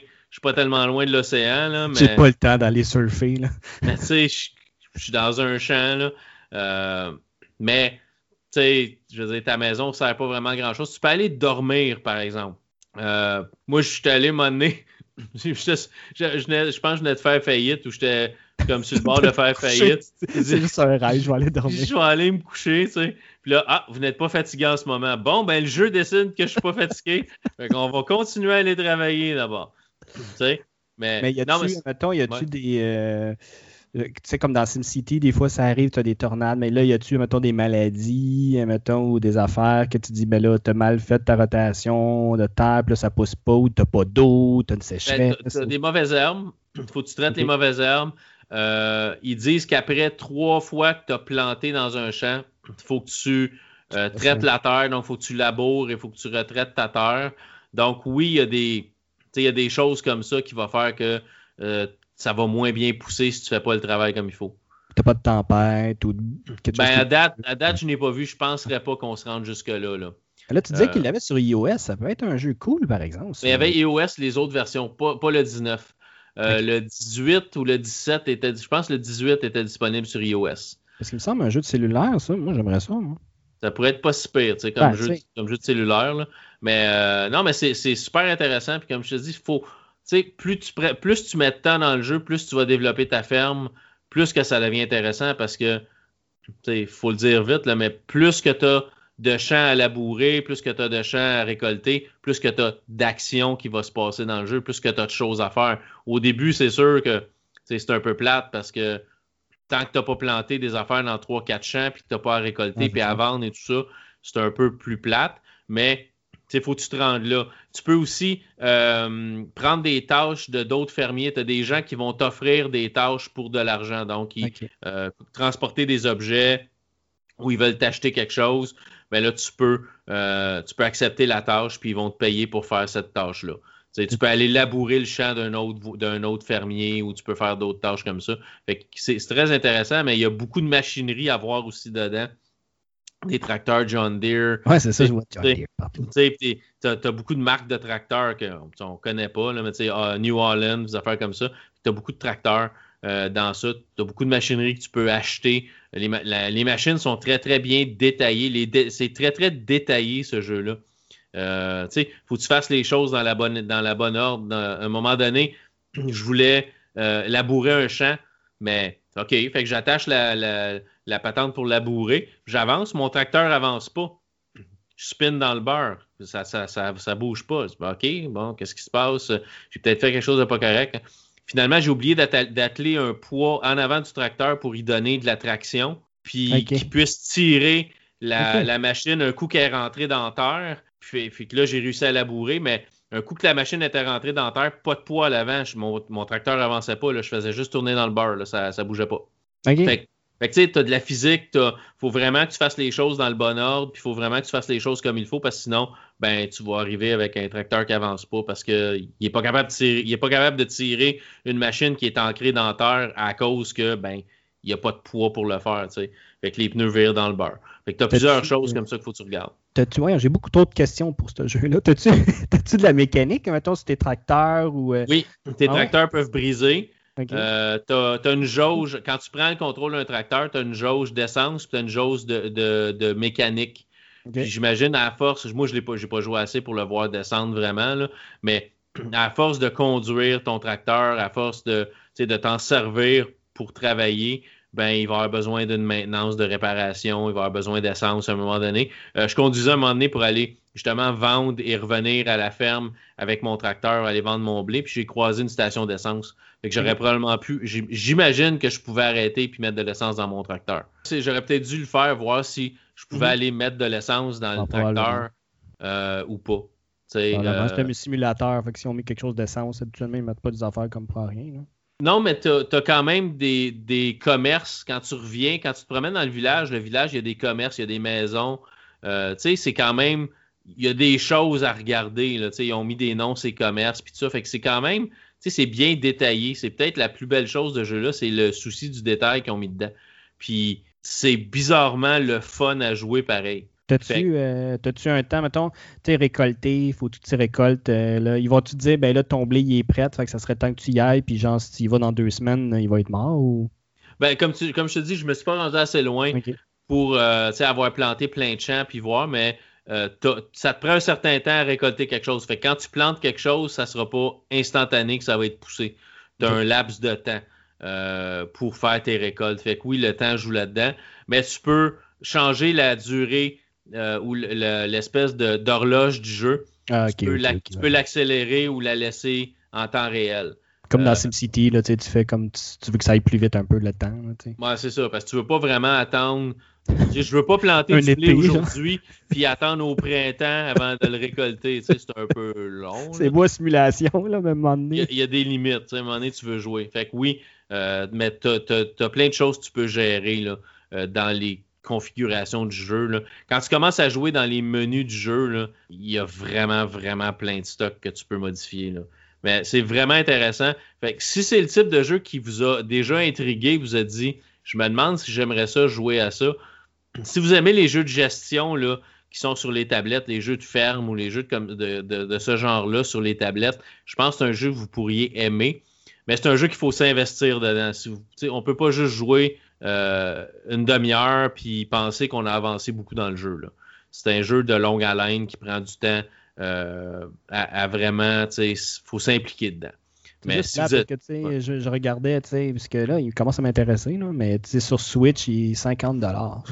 de l'océan, là, mais... J'ai pas le temps d'aller surfer, là. Mais tu sais, je suis dans un champ, là. Mais, tu sais, je veux dire, ta maison ne sert pas vraiment à grand-chose. Tu peux aller dormir, par exemple. Moi, je suis allé un moment donné... je pense que je venais de faire faillite ou j'étais comme sur le bord de faire faillite. C'est juste un rêve, je vais aller dormir. Je vais aller me coucher, tu sais. Puis là, vous n'êtes pas fatigué en ce moment. Bon, ben le jeu décide que je suis pas fatigué. Fait qu'on va continuer à aller travailler d'abord. Tu sais. Mais y a-tu des... tu sais, comme dans SimCity, des fois, ça arrive, tu as des tornades, mais là, y a-tu, mettons, des maladies, mettons, ou des affaires que tu dis, ben là, t'as mal fait ta rotation de terre, puis là, ça pousse pas, ou t'as pas d'eau, t'as une sécheresse. T'as des mauvaises herbes. Faut que tu traites les mauvaises herbes. Ils disent qu'après 3 fois que tu as planté dans un champ, il faut que tu traites la terre, donc il faut que tu laboures et il faut que tu retraites ta terre. Donc oui, il y a des choses comme ça qui vont faire que ça va moins bien pousser si tu fais pas le travail comme il faut. T'as pas de tempête ou quelque chose. À date, je n'ai pas vu. Je penserais pas qu'on se rende jusque-là. Là, tu disais qu'il l'avait sur iOS. Ça peut être un jeu cool, par exemple. Mais il y avait iOS, les autres versions, pas le 19. Le 18 ou le 17 je pense que le 18 était disponible sur iOS. Parce qu'il me semble un jeu de cellulaire, ça. Moi, j'aimerais ça. Moi. Ça pourrait être pas si pire, comme jeu de cellulaire. Là. Mais non, mais c'est super intéressant. Puis comme je te dis, plus tu mets de temps dans le jeu, plus tu vas développer ta ferme, plus que ça devient intéressant parce que, il faut le dire vite, là, mais plus que tu as de champs à labourer, plus que tu as de champs à récolter, plus que tu as d'actions qui va se passer dans le jeu, plus que tu as de choses à faire. Au début, c'est sûr que c'est un peu plate parce que tant que tu n'as pas planté des affaires dans 3-4 champs puis que tu n'as pas à récolter puis à vendre et tout ça, c'est un peu plus plate. Mais il faut que tu te rendes là. Tu peux aussi prendre des tâches de d'autres fermiers. Tu as des gens qui vont t'offrir des tâches pour de l'argent. Donc, transporter des objets ou ils veulent t'acheter quelque chose. Ben là, tu peux accepter la tâche puis ils vont te payer pour faire cette tâche-là. Tu peux aller labourer le champ d'un autre fermier ou tu peux faire d'autres tâches comme ça. Fait que c'est très intéressant, mais il y a beaucoup de machinerie à voir aussi dedans. Des tracteurs John Deere. Ouais, c'est ça, je vois John Deere partout. Tu as beaucoup de marques de tracteurs qu'on ne connaît pas, là, mais New Holland, des affaires comme ça. Tu as beaucoup de tracteurs dans ça. Tu as beaucoup de machinerie que tu peux acheter. Les machines sont très, très bien détaillées. C'est très, très détaillé, ce jeu-là. Faut que tu fasses les choses dans la bonne ordre. À un moment donné, je voulais labourer un champ, mais OK, fait que j'attache la patente pour labourer. J'avance, mon tracteur avance pas. Je spin dans le beurre. Ça bouge pas. OK, bon, qu'est-ce qui se passe? J'ai peut-être fait quelque chose de pas correct. finalement, j'ai oublié d'atteler un poids en avant du tracteur pour y donner de la traction, puis qu'il puisse tirer la machine un coup qu'elle est rentrée dans terre. Puis que là, j'ai réussi à labourer, mais un coup que la machine était rentrée dans terre, pas de poids à l'avant, mon tracteur avançait pas, là, je faisais juste tourner dans le beurre, là, ça bougeait pas. Fait que tu sais, t'as de la physique, faut vraiment que tu fasses les choses dans le bon ordre, puis il faut vraiment que tu fasses les choses comme il faut, parce que sinon, ben tu vas arriver avec un tracteur qui avance pas, parce que il est pas capable de tirer une machine qui est ancrée dans terre à cause que il n'y a pas de poids pour le faire, tu sais. Fait que les pneus virent dans le beurre. Fait que t'as plusieurs choses comme ça qu'il faut que tu regardes. J'ai beaucoup trop de questions pour ce jeu-là. T'as-tu de la mécanique, mettons, sur tes tracteurs ou... Oui, tes tracteurs peuvent briser. Okay. T'as une jauge, quand tu prends le contrôle d'un tracteur, tu as une jauge d'essence, puis tu as une jauge de mécanique. Okay. Puis j'imagine, à force, moi j'ai pas joué assez pour le voir descendre vraiment, là, mais à force de conduire ton tracteur, à force de t'en servir pour travailler, il va y avoir besoin d'une maintenance, de réparation, il va y avoir besoin d'essence à un moment donné. Je conduisais à un moment donné pour aller justement vendre et revenir à la ferme avec mon tracteur, aller vendre mon blé, puis j'ai croisé une station d'essence. Fait que j'aurais probablement j'imagine que je pouvais arrêter puis mettre de l'essence dans mon tracteur. J'aurais peut-être dû le faire, voir si je pouvais aller mettre de l'essence dans le tracteur ou pas. C'est un simulateur, fait que si on met quelque chose d'essence, habituellement, ils ne mettent pas des affaires comme pour rien. Là. Non, mais tu as quand même des commerces. Quand tu reviens, quand tu te promènes dans le village, il y a des commerces, il y a des maisons. C'est quand même... Il y a des choses à regarder. Là, ils ont mis des noms, ces commerces, puis tout ça. Fait que c'est quand même... c'est bien détaillé. C'est peut-être la plus belle chose de ce jeu-là, c'est le souci du détail qu'ils ont mis dedans. Puis c'est bizarrement le fun à jouer pareil. T'as-tu un temps, mettons, tu sais, récolter, il faut que tu récoltes, là, ils vont te dire, ben là, ton blé, il est prêt, fait que ça serait temps que tu y ailles, puis genre, si tu y vas dans 2 semaines, il va être mort, ou... Comme je te dis, je me suis pas rendu assez loin pour, avoir planté plein de champs, puis voir, mais ça te prend un certain temps à récolter quelque chose. Fait que quand tu plantes quelque chose, ça sera pas instantané que ça va être poussé. Tu as un laps de temps pour faire tes récoltes. Fait que oui, le temps joue là-dedans, mais tu peux changer la durée ou l'espèce d'horloge du jeu. Tu peux l'accélérer ou la laisser en temps réel. Comme dans SimCity, là, tu fais comme tu veux que ça aille plus vite un peu le temps. Ouais, c'est ça, parce que tu veux pas vraiment attendre. Je veux pas planter du blé aujourd'hui puis attendre au printemps avant de le récolter. C'est un peu long. C'est beau simulation, là, même à un moment donné. Il y a des limites. À un moment donné, tu veux jouer. Fait que oui, mais t'as plein de choses que tu peux gérer là, dans les configuration du jeu. Là. Quand tu commences à jouer dans les menus du jeu, là, il y a vraiment, vraiment plein de stocks que tu peux modifier. Là. Mais c'est vraiment intéressant. Fait que si c'est le type de jeu qui vous a déjà intrigué, vous a dit, je me demande si j'aimerais ça jouer à ça. Si vous aimez les jeux de gestion là, qui sont sur les tablettes, les jeux de ferme ou les jeux de ce genre-là sur les tablettes, je pense que c'est un jeu que vous pourriez aimer. Mais c'est un jeu qu'il faut s'investir dedans. On ne peut pas juste jouer une demi-heure puis penser qu'on a avancé beaucoup dans le jeu. Là. C'est un jeu de longue haleine qui prend du temps à vraiment, il faut s'impliquer dedans. Mais si vous êtes... je regardais, parce que là, il commence à m'intéresser, là, mais sur Switch, il est $50.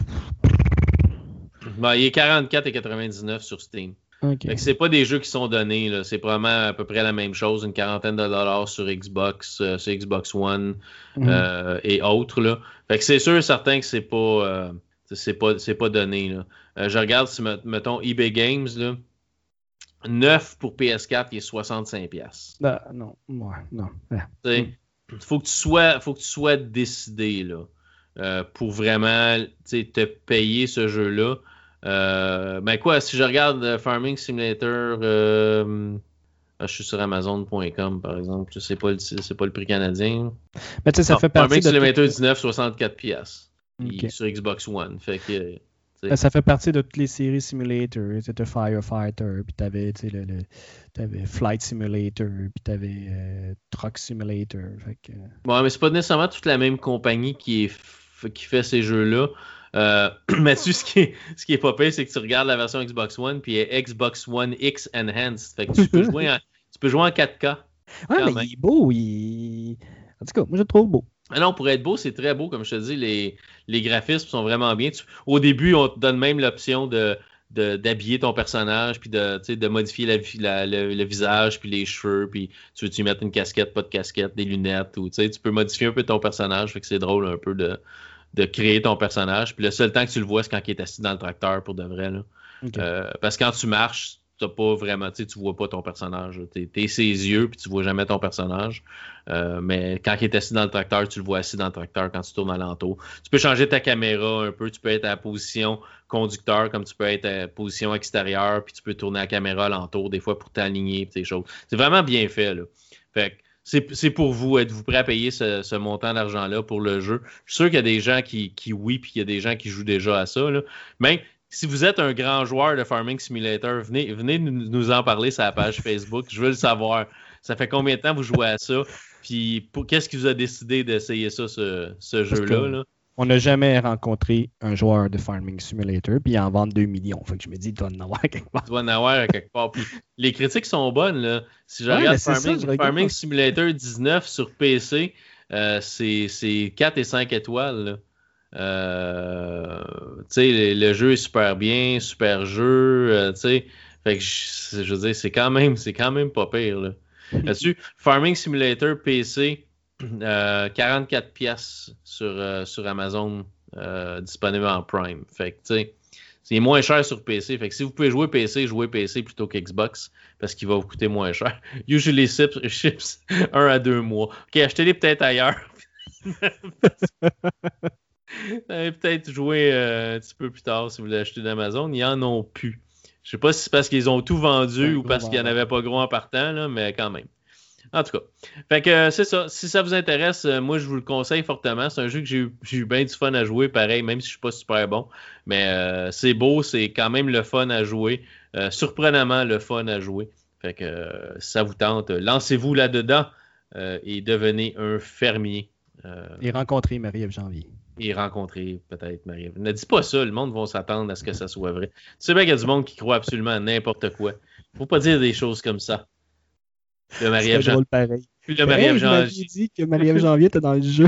Il est 44,99 sur Steam. Okay. Fait que c'est pas des jeux qui sont donnés. Là. C'est probablement à peu près la même chose, une quarantaine de dollars sur Xbox, sur Xbox One et autres. Là. Fait que c'est sûr et certain que c'est pas donné. Là. Je regarde si, mettons, eBay Games, là, 9 pour PS4, il est 65$. Non. Ouais, non. Faut que tu sois décidé là, pour vraiment te payer ce jeu-là. Si je regarde Farming Simulator, je suis sur Amazon.com par exemple, c'est pas le prix canadien. Mais ça fait partie Farming Simulator 19, 64$. Okay. Sur Xbox One. Fait que ça fait partie de toutes les séries Simulator. C'était Firefighter, puis t'avais Flight Simulator, puis t'avais Truck Simulator. Fait que... Ouais, mais c'est pas nécessairement toute la même compagnie qui fait ces jeux-là. Mais ce qui est pas pire, c'est que tu regardes la version Xbox One, puis Xbox One X Enhanced. Fait que tu peux jouer en 4K. Ouais, mais il est beau. En tout cas, moi je le trouve beau. Ah non, pour être beau, c'est très beau. Comme je te dis, les graphismes sont vraiment bien. Au début, on te donne même l'option de d'habiller ton personnage, puis de modifier le visage, puis les cheveux, puis tu veux-tu mettre une casquette, pas de casquette, des lunettes, ou tu peux modifier un peu ton personnage, fait que c'est drôle un peu de créer ton personnage. Puis le seul temps que tu le vois, c'est quand il est assis dans le tracteur pour de vrai. Là. Okay. Parce que quand tu marches, t'as pas vraiment, tu vois pas ton personnage. T'es ses yeux, puis tu vois jamais ton personnage. Mais quand il est assis dans le tracteur, tu le vois assis dans le tracteur quand tu tournes alentour. Tu peux changer ta caméra un peu. Tu peux être à la position conducteur, comme tu peux être à la position extérieure, puis tu peux tourner la caméra alentour, des fois pour t'aligner, pis ces choses. C'est vraiment bien fait, là. Fait que c'est pour vous. Êtes-vous prêt à payer ce montant d'argent-là pour le jeu? Je suis sûr qu'il y a des gens qui oui, puis qu'il y a des gens qui jouent déjà à ça, là. Même si vous êtes un grand joueur de Farming Simulator, venez nous en parler sur la page Facebook. Je veux le savoir. Ça fait combien de temps vous jouez à ça? Puis qu'est-ce qui vous a décidé d'essayer ça, ce jeu-là? Là? On n'a jamais rencontré un joueur de Farming Simulator, puis il en vend 2 millions. Fait que je me dis, il doit en avoir quelque part. Il doit en avoir quelque part. Puis les critiques sont bonnes. Là. Si je regarde Farming Simulator 19 sur PC, c'est 4 et 5 étoiles. Là. Le jeu est super bien, super jeu, fait que je veux dire, c'est quand même pas pire là. Là-dessus, Farming Simulator PC, 44 pièces sur Amazon, disponible en Prime. Fait que c'est moins cher sur PC. Fait que si vous pouvez jouer PC plutôt qu'Xbox, parce qu'il va vous coûter moins cher. Usually ships 1 à 2 mois. Ok, achetez-les peut-être ailleurs. Peut-être jouer un petit peu plus tard si vous voulez acheter d'Amazon. Ils en ont plus. Je sais pas si c'est parce qu'ils ont tout vendu ou parce qu'il n'y en avait pas gros en partant, là, mais quand même. En tout cas. Fait que c'est ça. Si ça vous intéresse, moi je vous le conseille fortement. C'est un jeu que j'ai eu bien du fun à jouer, pareil, même si je suis pas super bon. Mais c'est beau, c'est quand même le fun à jouer. Surprenamment le fun à jouer. Fait que si ça vous tente, lancez-vous là-dedans et devenez un fermier. Et rencontrer Marie-Ève Janvier. Et rencontrer peut-être Marie-Ève. Ne dis pas ça, le monde va s'attendre à ce que ça soit vrai. Tu sais bien qu'il y a du monde qui croit absolument à n'importe quoi. Faut pas dire des choses comme ça. Le Marie-Ève Janvier. Pareil. Puis le Marie-Ève Janvier. Dit que Marie-Ève Janvier était dans le jeu.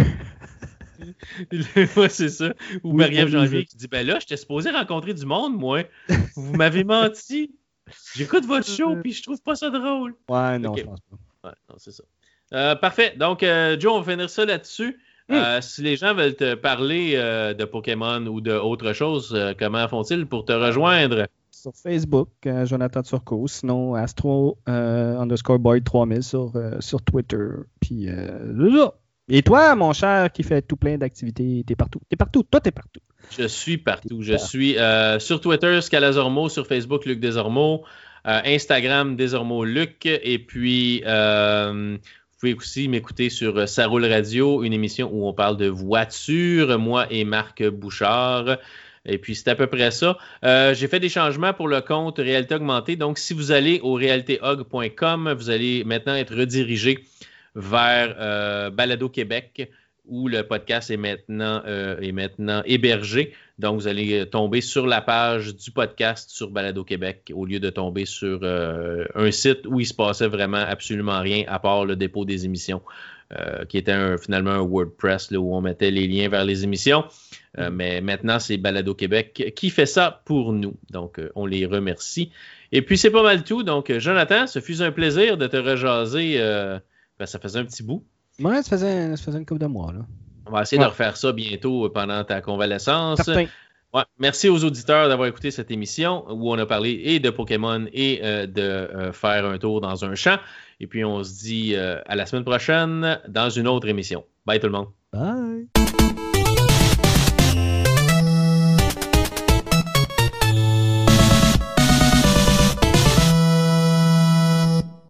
Ouais, c'est ça. Ou Marie-Ève Janvier qui dit ben là, j'étais supposé rencontrer du monde, moi. Vous m'avez menti. J'écoute votre show, puis je trouve pas ça drôle. Ouais, non, je pense pas. Ouais, non, c'est ça. Parfait. Donc, Joe, on va finir ça là-dessus. Si les gens veulent te parler de Pokémon ou d'autre chose, comment font-ils pour te rejoindre? Sur Facebook, Jonathan Turcot, sinon Astro_Boy3000 sur Twitter. Puis, et toi, mon cher, qui fait tout plein d'activités, t'es partout. T'es partout. Toi, t'es partout. Je suis partout. Je suis sur Twitter, Scalazormo, sur Facebook, Luc Desormeaux, Instagram, Desormeaux Luc, et puis vous pouvez aussi m'écouter sur Ça Roule Radio, une émission où on parle de voitures, moi et Marc Bouchard. Et puis, c'est à peu près ça. J'ai fait des changements pour le compte Réalité Augmentée. Donc, si vous allez au realitéhog.com, vous allez maintenant être redirigé vers Balado Québec, où le podcast est maintenant hébergé. Donc, vous allez tomber sur la page du podcast sur Balado Québec au lieu de tomber sur un site où il se passait vraiment absolument rien à part le dépôt des émissions, qui était finalement un WordPress là, où on mettait les liens vers les émissions. Mais maintenant, c'est Balado Québec qui fait ça pour nous. Donc, on les remercie. Et puis, c'est pas mal tout. Donc, Jonathan, ce fut un plaisir de te rejaser. Ça faisait un petit bout. Ouais, ça faisait une couple de mois, là. On va essayer de refaire ça bientôt pendant ta convalescence. Ouais, merci aux auditeurs d'avoir écouté cette émission où on a parlé et de Pokémon et de faire un tour dans un champ. Et puis, on se dit à la semaine prochaine dans une autre émission. Bye tout le monde. Bye.